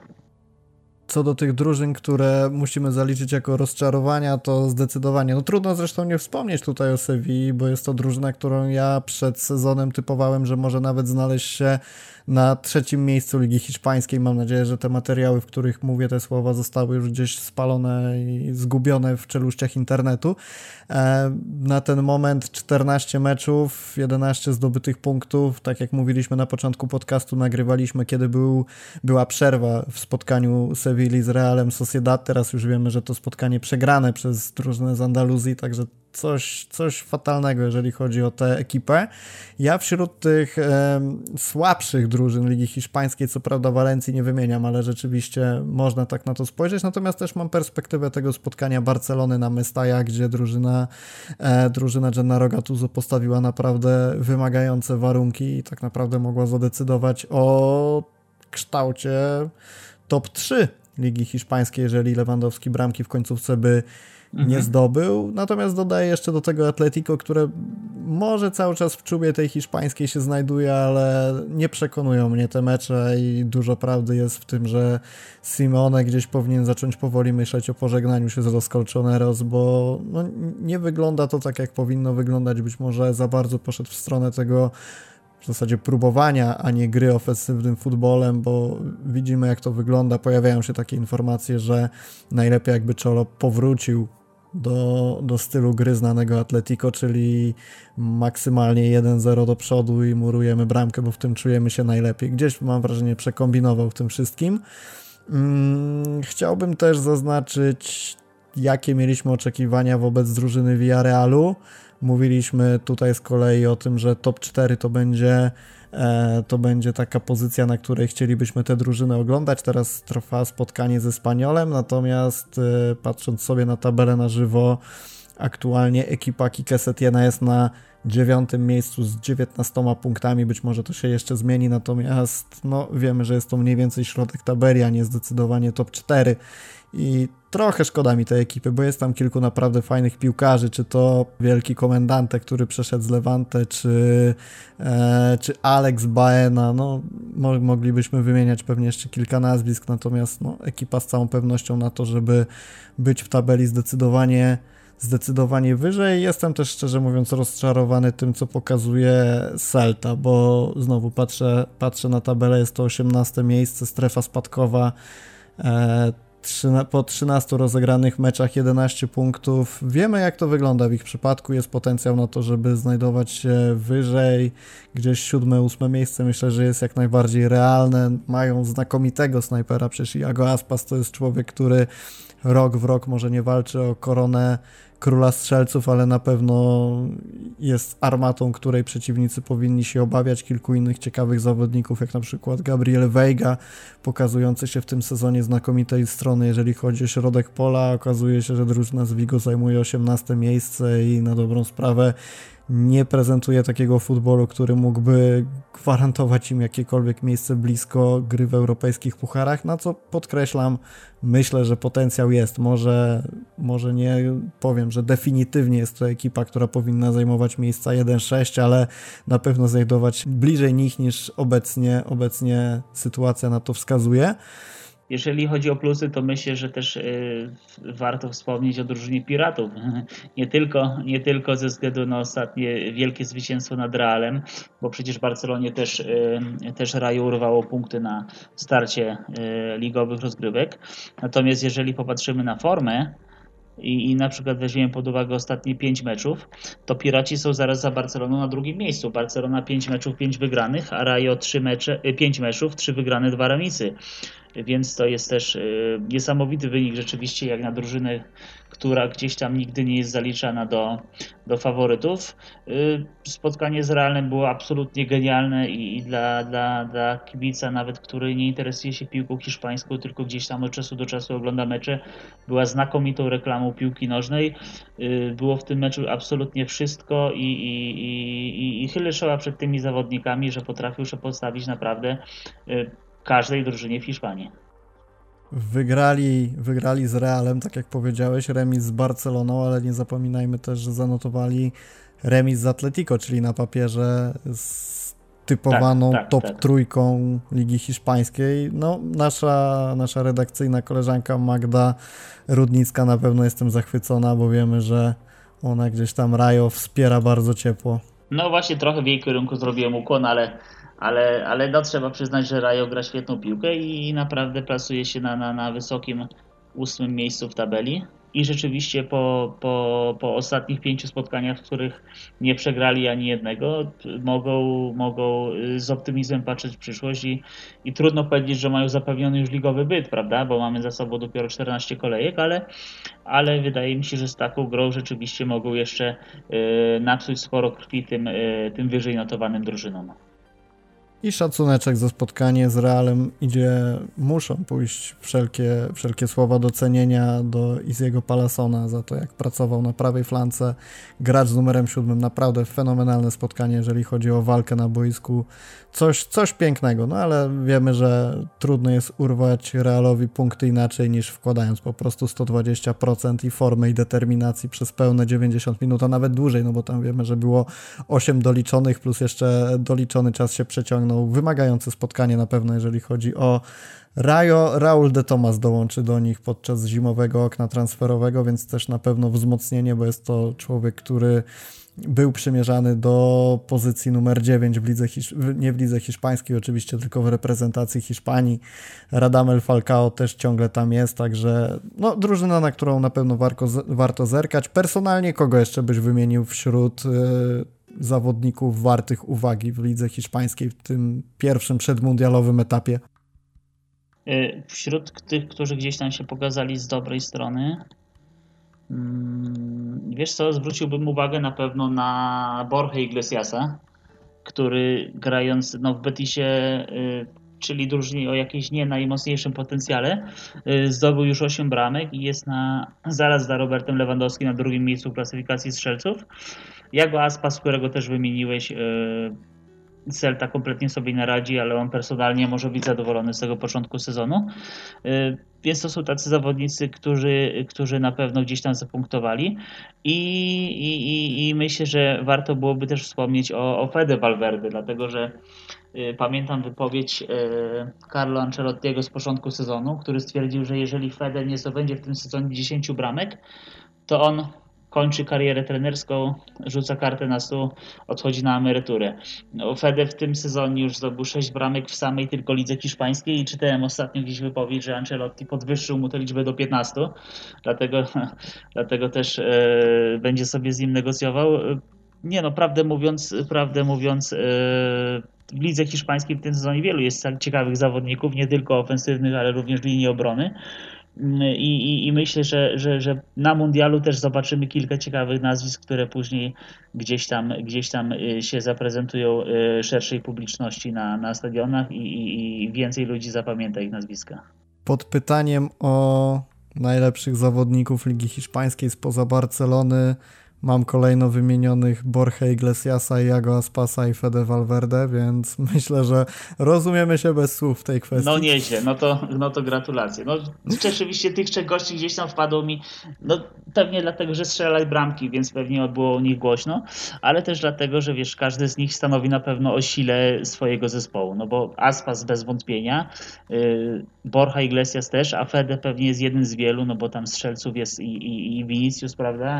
S1: Co do tych drużyn, które musimy zaliczyć jako rozczarowania, to zdecydowanie, no trudno zresztą nie wspomnieć tutaj o Sewilli, bo jest to drużyna, którą ja przed sezonem typowałem, że może nawet znaleźć się na 3. miejscu Ligi Hiszpańskiej. Mam nadzieję, że te materiały, w których mówię te słowa, zostały już gdzieś spalone i zgubione w czeluściach internetu. Na ten moment 14 meczów, 11 zdobytych punktów. Tak jak mówiliśmy na początku podcastu, nagrywaliśmy, kiedy była przerwa w spotkaniu Sewilli z Realem Sociedad. Teraz już wiemy, że to spotkanie przegrane przez drużynę z Andaluzji, także coś fatalnego, jeżeli chodzi o tę ekipę. Ja wśród tych słabszych drużyn Ligi Hiszpańskiej, co prawda Walencji nie wymieniam, ale rzeczywiście można tak na to spojrzeć, natomiast też mam perspektywę tego spotkania Barcelony na Mestalla, gdzie drużyna Gennaro Gattuso postawiła naprawdę wymagające warunki i tak naprawdę mogła zadecydować o kształcie top 3 Ligi Hiszpańskiej, jeżeli Lewandowski bramki w końcówce by nie zdobył. Natomiast dodaję jeszcze do tego Atletico, które może cały czas w czubie tej hiszpańskiej się znajduje, ale nie przekonują mnie te mecze i dużo prawdy jest w tym, że Simeone gdzieś powinien zacząć powoli myśleć o pożegnaniu się z Los Colchoneros, bo no, nie wygląda to tak, jak powinno wyglądać. Być może za bardzo poszedł w stronę tego w zasadzie próbowania, a nie gry ofensywnym futbolem, bo widzimy, jak to wygląda. Pojawiają się takie informacje, że najlepiej jakby Cholo powrócił do stylu gry znanego Atletico, czyli maksymalnie 1-0 do przodu i murujemy bramkę, bo w tym czujemy się najlepiej. Gdzieś mam wrażenie przekombinował w tym wszystkim. Chciałbym też zaznaczyć, jakie mieliśmy oczekiwania wobec drużyny Villarrealu. Mówiliśmy tutaj z kolei o tym, że top 4 to będzie taka pozycja, na której chcielibyśmy tę drużynę oglądać. Teraz trwa spotkanie ze Espanyolem, natomiast patrząc sobie na tabelę na żywo, aktualnie ekipa Quique Setiena jest na 9. miejscu z 19 punktami. Być może to się jeszcze zmieni, natomiast no, wiemy, że jest to mniej więcej środek tabeli, a nie zdecydowanie top 4. I trochę szkoda mi tej ekipy, bo jest tam kilku naprawdę fajnych piłkarzy, czy to wielki Komendante, który przeszedł z Levante, czy Alex Baena, no moglibyśmy wymieniać pewnie jeszcze kilka nazwisk, natomiast no, ekipa z całą pewnością na to, żeby być w tabeli zdecydowanie wyżej. Jestem też, szczerze mówiąc, rozczarowany tym, co pokazuje Celta, bo znowu patrzę na tabelę, jest to 18 miejsce, strefa spadkowa, po 13 rozegranych meczach 11 punktów. Wiemy, jak to wygląda w ich przypadku. Jest potencjał na to, żeby znajdować się wyżej. Gdzieś 7, 8 miejsce myślę, że jest jak najbardziej realne. Mają znakomitego snajpera. Przecież Iago Aspas to jest człowiek, który rok w rok może nie walczy o koronę króla strzelców, ale na pewno jest armatą, której przeciwnicy powinni się obawiać. Kilku innych ciekawych zawodników, jak na przykład Gabriel Veiga, pokazujący się w tym sezonie znakomitej strony, jeżeli chodzi o środek pola. Okazuje się, że drużyna z Vigo zajmuje 18 miejsce i na dobrą sprawę nie prezentuje takiego futbolu, który mógłby gwarantować im jakiekolwiek miejsce blisko gry w europejskich pucharach, na co podkreślam, myślę, że potencjał jest. Może nie powiem, że definitywnie jest to ekipa, która powinna zajmować miejsca 1-6, ale na pewno znajdować bliżej nich niż obecnie sytuacja na to wskazuje.
S2: Jeżeli chodzi o plusy, to myślę, że też warto wspomnieć o drużynie Piratów. Nie tylko ze względu na ostatnie wielkie zwycięstwo nad Realem, bo przecież Barcelonie też Rayo urwało punkty na starcie ligowych rozgrywek. Natomiast jeżeli popatrzymy na formę i na przykład weźmiemy pod uwagę ostatnie 5 meczów, to Piraci są zaraz za Barceloną na drugim miejscu. Barcelona 5 meczów, 5 wygranych, a Rayo 5 meczów, 3 wygrane, 2 remisy. Więc to jest też niesamowity wynik rzeczywiście jak na drużynę, która gdzieś tam nigdy nie jest zaliczana do faworytów. Spotkanie z Realem było absolutnie genialne i dla kibica, nawet który nie interesuje się piłką hiszpańską, tylko gdzieś tam od czasu do czasu ogląda mecze, była znakomitą reklamą piłki nożnej. Było w tym meczu absolutnie wszystko i chylę czoła przed tymi zawodnikami, że potrafią się postawić naprawdę każdej drużynie w Hiszpanii.
S1: Wygrali z Realem, tak jak powiedziałeś, remis z Barceloną, ale nie zapominajmy też, że zanotowali remis z Atletico, czyli na papierze z typowaną top trójką Ligi Hiszpańskiej. No, nasza redakcyjna koleżanka Magda Rudnicka na pewno jestem zachwycona, bo wiemy, że ona gdzieś tam Rayo wspiera bardzo ciepło.
S2: No właśnie trochę w jej kierunku zrobiłem ukłon, ale no, trzeba przyznać, że Rayo gra świetną piłkę i naprawdę plasuje się na wysokim 8. miejscu w tabeli. I rzeczywiście po ostatnich 5 spotkaniach, w których nie przegrali ani jednego, mogą z optymizmem patrzeć w przyszłość i trudno powiedzieć, że mają zapewniony już ligowy byt, prawda? Bo mamy za sobą dopiero 14 kolejek, ale wydaje mi się, że z taką grą rzeczywiście mogą jeszcze napsuć sporo krwi tym wyżej notowanym drużynom.
S1: I szacuneczek za spotkanie z Realem muszą pójść wszelkie słowa docenienia do Iziego Palasona za to, jak pracował na prawej flance. Gracz z numerem 7, naprawdę fenomenalne spotkanie, jeżeli chodzi o walkę na boisku. Coś pięknego, no ale wiemy, że trudno jest urwać Realowi punkty inaczej niż wkładając po prostu 120% i formę i determinacji przez pełne 90 minut, a nawet dłużej, no bo tam wiemy, że było 8 doliczonych plus jeszcze doliczony czas się przeciągnął. Wymagające spotkanie na pewno, jeżeli chodzi o Rayo. Raúl de Tomás dołączy do nich podczas zimowego okna transferowego, więc też na pewno wzmocnienie, bo jest to człowiek, który był przymierzany do pozycji numer 9 nie w lidze hiszpańskiej oczywiście, tylko w reprezentacji Hiszpanii. Radamel Falcao też ciągle tam jest, także no, drużyna, na którą na pewno warto zerkać. Personalnie kogo jeszcze byś wymienił wśród zawodników wartych uwagi w lidze hiszpańskiej w tym pierwszym przedmundialowym etapie?
S2: Wśród tych, którzy gdzieś tam się pokazali z dobrej strony, wiesz co, zwróciłbym uwagę na pewno na Borja Iglesiasa, który grając w Betisie, czyli drużynie o jakiejś nie najmocniejszym potencjale, zdobył już 8 bramek i jest zaraz za Robertem Lewandowskim na drugim miejscu w klasyfikacji strzelców. Jago Aspas, którego też wymieniłeś, Celta kompletnie sobie nie radzi, ale on personalnie może być zadowolony z tego początku sezonu. Więc to są tacy zawodnicy, którzy na pewno gdzieś tam zapunktowali i myślę, że warto byłoby też wspomnieć o Fede Valverde, dlatego że pamiętam wypowiedź Carlo Ancelottiego z początku sezonu, który stwierdził, że jeżeli Fede nie zdobędzie w tym sezonie 10 bramek, to on kończy karierę trenerską, rzuca kartę na stół, odchodzi na emeryturę. Fede w tym sezonie już zdobył 6 bramek w samej tylko lidze hiszpańskiej i czytałem ostatnio gdzieś wypowiedź, że Ancelotti podwyższył mu tę liczbę do 15, dlatego też będzie sobie z nim negocjował. Nie no, prawdę mówiąc w lidze hiszpańskiej w tym sezonie wielu jest ciekawych zawodników, nie tylko ofensywnych, ale również linii obrony. I myślę, że na mundialu też zobaczymy kilka ciekawych nazwisk, które później gdzieś tam się zaprezentują szerszej publiczności na stadionach i więcej ludzi zapamięta ich nazwiska.
S1: Pod pytaniem o najlepszych zawodników Ligi Hiszpańskiej spoza Barcelony mam kolejno wymienionych Borja Iglesiasa, Jago Aspasa i Fede Valverde, więc myślę, że rozumiemy się bez słów w tej kwestii.
S2: No nieźle, no to gratulacje. No rzeczywiście tych 3 gości gdzieś tam wpadło mi, no pewnie dlatego, że strzelali bramki, więc pewnie było o nich głośno, ale też dlatego, że wiesz, każdy z nich stanowi na pewno o sile swojego zespołu, no bo Aspas bez wątpienia, Borja Iglesias też, a Fede pewnie jest jednym z wielu, no bo tam strzelców jest i Vinicius, prawda,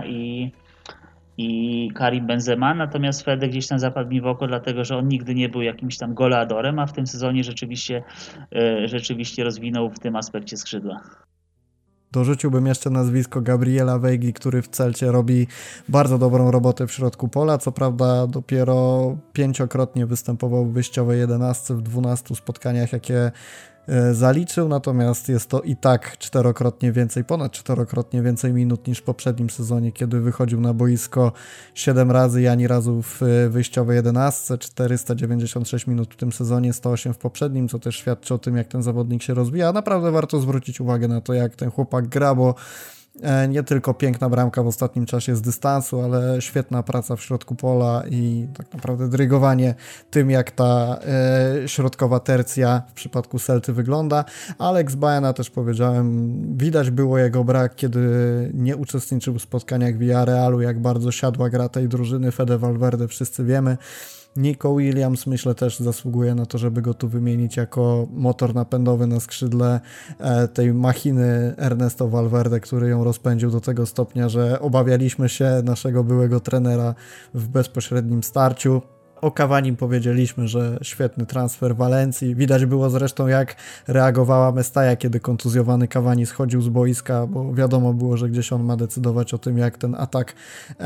S2: i Karim Benzema, natomiast Fede gdzieś tam zapadł mi w oko, dlatego że on nigdy nie był jakimś tam goleadorem, a w tym sezonie rzeczywiście rozwinął w tym aspekcie skrzydła.
S1: Dorzuciłbym jeszcze nazwisko Gabriela Weigi, który w Celcie robi bardzo dobrą robotę w środku pola. Co prawda dopiero 5-krotnie występował w wyjściowej 11 w 12 spotkaniach, jakie zaliczył, natomiast jest to i tak ponad czterokrotnie więcej minut niż w poprzednim sezonie, kiedy wychodził na boisko 7 razy i ani razu w wyjściowej 11, 496 minut w tym sezonie, 108 w poprzednim, co też świadczy o tym, jak ten zawodnik się rozwija. Naprawdę warto zwrócić uwagę na to, jak ten chłopak gra, bo nie tylko piękna bramka w ostatnim czasie z dystansu, ale świetna praca w środku pola i tak naprawdę dyrygowanie tym, jak ta środkowa tercja w przypadku Celty wygląda. Alex Baena też powiedziałem, widać było jego brak, kiedy nie uczestniczył w spotkaniach Villarrealu, jak bardzo siadła gra tej drużyny. Fede Valverde wszyscy wiemy. Nico Williams myślę też zasługuje na to, żeby go tu wymienić jako motor napędowy na skrzydle tej machiny Ernesto Valverde, który ją rozpędził do tego stopnia, że obawialiśmy się naszego byłego trenera w bezpośrednim starciu. O Cavanim powiedzieliśmy, że świetny transfer Walencji. Widać było zresztą, jak reagowała Mestalla, kiedy kontuzjowany Cavani schodził z boiska, bo wiadomo było, że gdzieś on ma decydować o tym, jak ten atak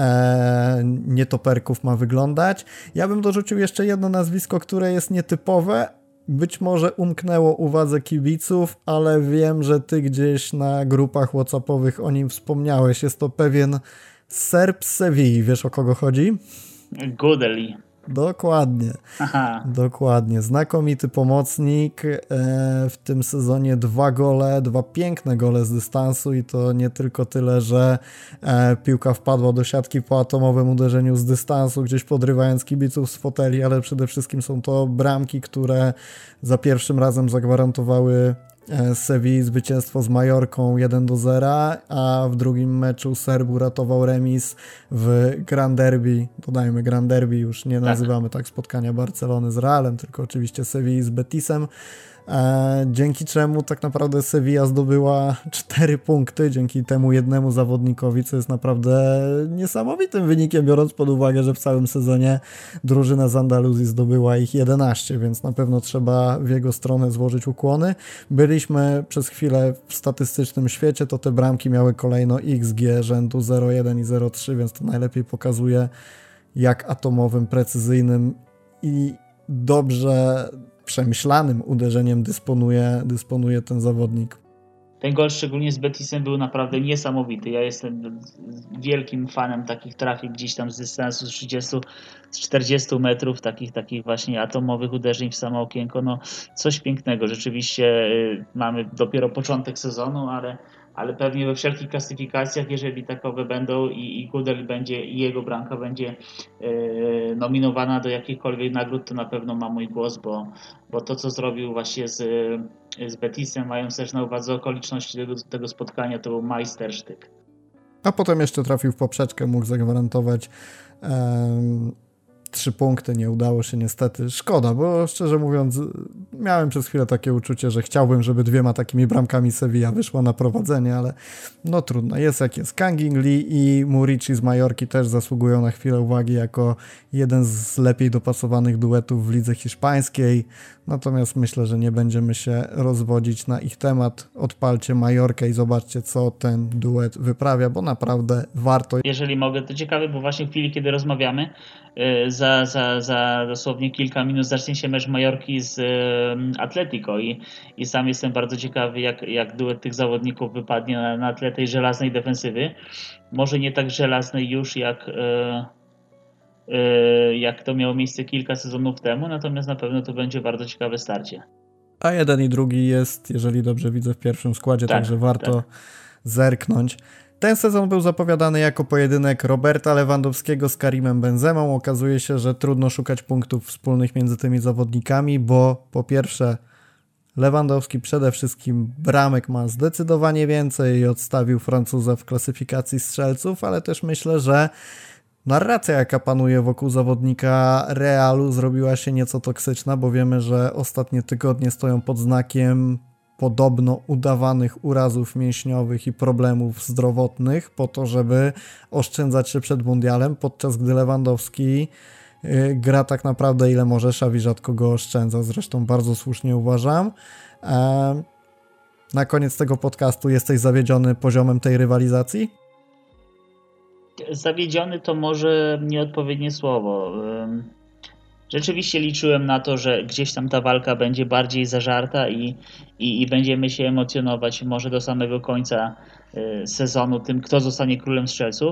S1: nietoperków ma wyglądać. Ja bym dorzucił jeszcze jedno nazwisko, które jest nietypowe. Być może umknęło uwadze kibiców, ale wiem, że ty gdzieś na grupach WhatsAppowych o nim wspomniałeś. Jest to pewien Serb z Sewilli. Wiesz, o kogo chodzi?
S2: Gudeli.
S1: Dokładnie.
S2: Aha.
S1: Dokładnie. Znakomity pomocnik. W tym sezonie 2 gole, 2 piękne gole z dystansu i to nie tylko tyle, że piłka wpadła do siatki po atomowym uderzeniu z dystansu, gdzieś podrywając kibiców z foteli, ale przede wszystkim są to bramki, które za pierwszym razem zagwarantowały Sewilli zwycięstwo z Majorką 1-0, a w drugim meczu Serb uratował remis w Grand Derby, dodajmy Grand Derby, już nie nazywamy tak spotkania Barcelony z Realem, tylko oczywiście Sewilli z Betisem, dzięki czemu tak naprawdę Sevilla zdobyła 4 punkty dzięki temu jednemu zawodnikowi, co jest naprawdę niesamowitym wynikiem, biorąc pod uwagę, że w całym sezonie drużyna z Andaluzji zdobyła ich 11, więc na pewno trzeba w jego stronę złożyć ukłony. Byliśmy przez chwilę w statystycznym świecie, to te bramki miały kolejno XG rzędu 0,1 i 0,3, więc to najlepiej pokazuje, jak atomowym, precyzyjnym i dobrze przemyślanym uderzeniem dysponuje ten zawodnik.
S2: Ten gol szczególnie z Betisem był naprawdę niesamowity. Ja jestem wielkim fanem takich trafik gdzieś tam z dystansu 40 metrów, takich właśnie atomowych uderzeń w samo okienko. No, coś pięknego. Rzeczywiście mamy dopiero początek sezonu, ale pewnie we wszelkich klasyfikacjach, jeżeli takowe będą i Gudel będzie i jego bramka będzie nominowana do jakichkolwiek nagród, to na pewno ma mój głos, bo to, co zrobił właśnie z Betisem, mając też na uwadze okoliczności tego spotkania, to był majstersztyk.
S1: A potem jeszcze trafił w poprzeczkę, mógł zagwarantować 3 punkty, nie udało się niestety. Szkoda, bo szczerze mówiąc miałem przez chwilę takie uczucie, że chciałbym, żeby 2 takimi bramkami Sevilla wyszła na prowadzenie, ale no trudno, jest jak jest. Kangin Lee i Murici z Majorki też zasługują na chwilę uwagi jako jeden z lepiej dopasowanych duetów w lidze hiszpańskiej, natomiast myślę, że nie będziemy się rozwodzić na ich temat. Odpalcie Majorkę i zobaczcie, co ten duet wyprawia, bo naprawdę warto.
S2: Jeżeli mogę, to ciekawe, bo właśnie w chwili, kiedy rozmawiamy, za dosłownie kilka minut zacznie się mecz Majorki z Atletico i sam jestem bardzo ciekawy, jak duet tych zawodników wypadnie na tle tej żelaznej defensywy. Może nie tak żelaznej już jak to miało miejsce kilka sezonów temu, natomiast na pewno to będzie bardzo ciekawe starcie.
S1: A jeden i drugi jest, jeżeli dobrze widzę, w pierwszym składzie, także warto zerknąć. Ten sezon był zapowiadany jako pojedynek Roberta Lewandowskiego z Karimem Benzemą. Okazuje się, że trudno szukać punktów wspólnych między tymi zawodnikami, bo po pierwsze Lewandowski przede wszystkim bramek ma zdecydowanie więcej i odstawił Francuza w klasyfikacji strzelców, ale też myślę, że narracja, jaka panuje wokół zawodnika Realu, zrobiła się nieco toksyczna, bo wiemy, że ostatnie tygodnie stoją pod znakiem podobno udawanych urazów mięśniowych i problemów zdrowotnych po to, żeby oszczędzać się przed mundialem, podczas gdy Lewandowski gra tak naprawdę ile może. Xavi rzadko go oszczędza, zresztą bardzo słusznie uważam. Na koniec tego podcastu jesteś zawiedziony poziomem tej rywalizacji?
S2: Zawiedziony to może nieodpowiednie słowo. Rzeczywiście liczyłem na to, że gdzieś tam ta walka będzie bardziej zażarta i będziemy się emocjonować może do samego końca sezonu tym, kto zostanie królem strzelców.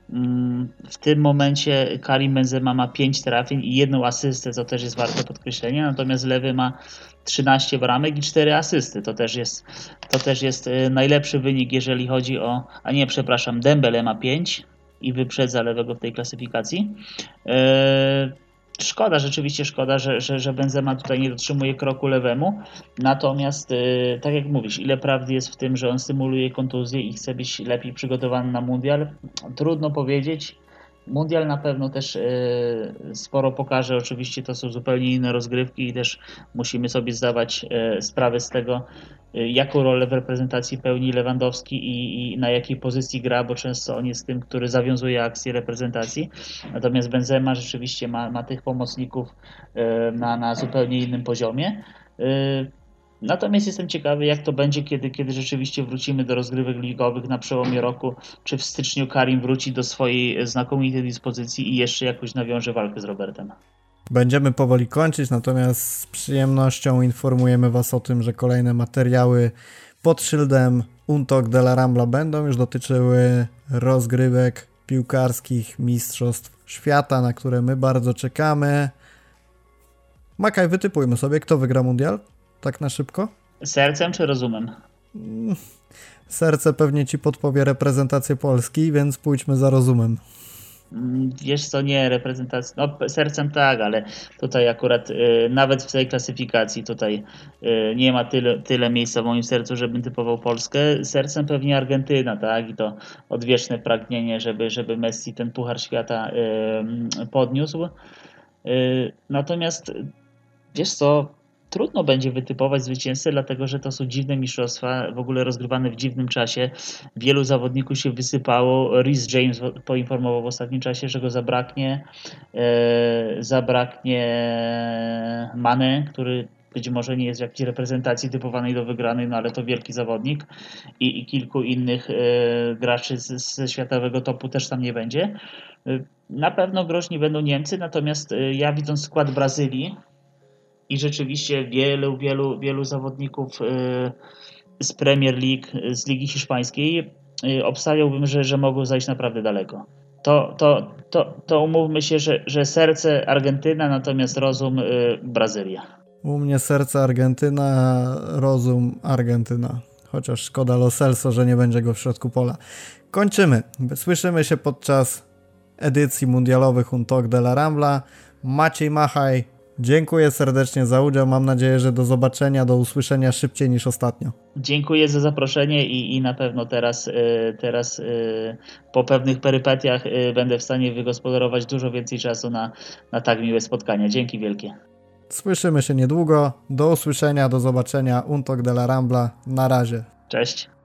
S2: W tym momencie Karim Benzema ma 5 trafień i 1 asystę, co też jest warte podkreślenia, natomiast lewy ma 13 bramek i 4 asysty. To też jest najlepszy wynik, jeżeli chodzi o... A nie, przepraszam, Dembele ma 5 i wyprzedza lewego w tej klasyfikacji. Szkoda, rzeczywiście szkoda, że Benzema tutaj nie dotrzymuje kroku lewemu. Natomiast, tak jak mówisz, ile prawdy jest w tym, że on symuluje kontuzję i chce być lepiej przygotowany na mundial? Trudno powiedzieć. Mundial na pewno też sporo pokaże. Oczywiście to są zupełnie inne rozgrywki i też musimy sobie zdawać sprawę z tego, jaką rolę w reprezentacji pełni Lewandowski i na jakiej pozycji gra, bo często on jest tym, który zawiązuje akcję reprezentacji. Natomiast Benzema rzeczywiście ma tych pomocników na zupełnie innym poziomie. Natomiast jestem ciekawy, jak to będzie, kiedy rzeczywiście wrócimy do rozgrywek ligowych na przełomie roku, czy w styczniu Karim wróci do swojej znakomitej dyspozycji i jeszcze jakoś nawiąże walkę z Robertem.
S1: Będziemy powoli kończyć, natomiast z przyjemnością informujemy Was o tym, że kolejne materiały pod szyldem Un Toc de la Rambla będą już dotyczyły rozgrywek piłkarskich Mistrzostw Świata, na które my bardzo czekamy. Makaj, wytypujmy sobie, kto wygra mundial? Tak na szybko?
S2: Sercem czy rozumem?
S1: Serce pewnie Ci podpowie reprezentację Polski, więc pójdźmy za rozumem.
S2: Wiesz co, nie, reprezentacja, no sercem tak, ale tutaj akurat nawet w tej klasyfikacji tutaj nie ma tyle miejsca w moim sercu, żebym typował Polskę. Sercem pewnie Argentyna, tak, i to odwieczne pragnienie, żeby Messi ten Puchar Świata podniósł. Natomiast wiesz co, trudno będzie wytypować zwycięzcę, dlatego że to są dziwne mistrzostwa, w ogóle rozgrywane w dziwnym czasie. Wielu zawodników się wysypało. Reece James poinformował w ostatnim czasie, że go zabraknie. Zabraknie Mane, który być może nie jest w jakiejś reprezentacji typowanej do wygranej, no ale to wielki zawodnik. I kilku innych graczy ze światowego topu też tam nie będzie. Na pewno groźni będą Niemcy, natomiast ja widząc skład Brazylii, i rzeczywiście wielu zawodników z Premier League, z Ligi Hiszpańskiej obstawiałbym, że mogą zajść naprawdę daleko. To umówmy się, że serce Argentyna, natomiast rozum Brazylia.
S1: U mnie serce Argentyna, rozum Argentyna. Chociaż szkoda Lo Celso, że nie będzie go w środku pola. Kończymy. Słyszymy się podczas edycji mundialowych Un Toc de la Rambla. Maciej Machaj, dziękuję serdecznie za udział. Mam nadzieję, że do zobaczenia, do usłyszenia szybciej niż ostatnio.
S2: Dziękuję za zaproszenie i na pewno teraz po pewnych perypetiach będę w stanie wygospodarować dużo więcej czasu na tak miłe spotkania. Dzięki wielkie.
S1: Słyszymy się niedługo. Do usłyszenia, do zobaczenia. Un Toc de la Rambla. Na razie.
S2: Cześć.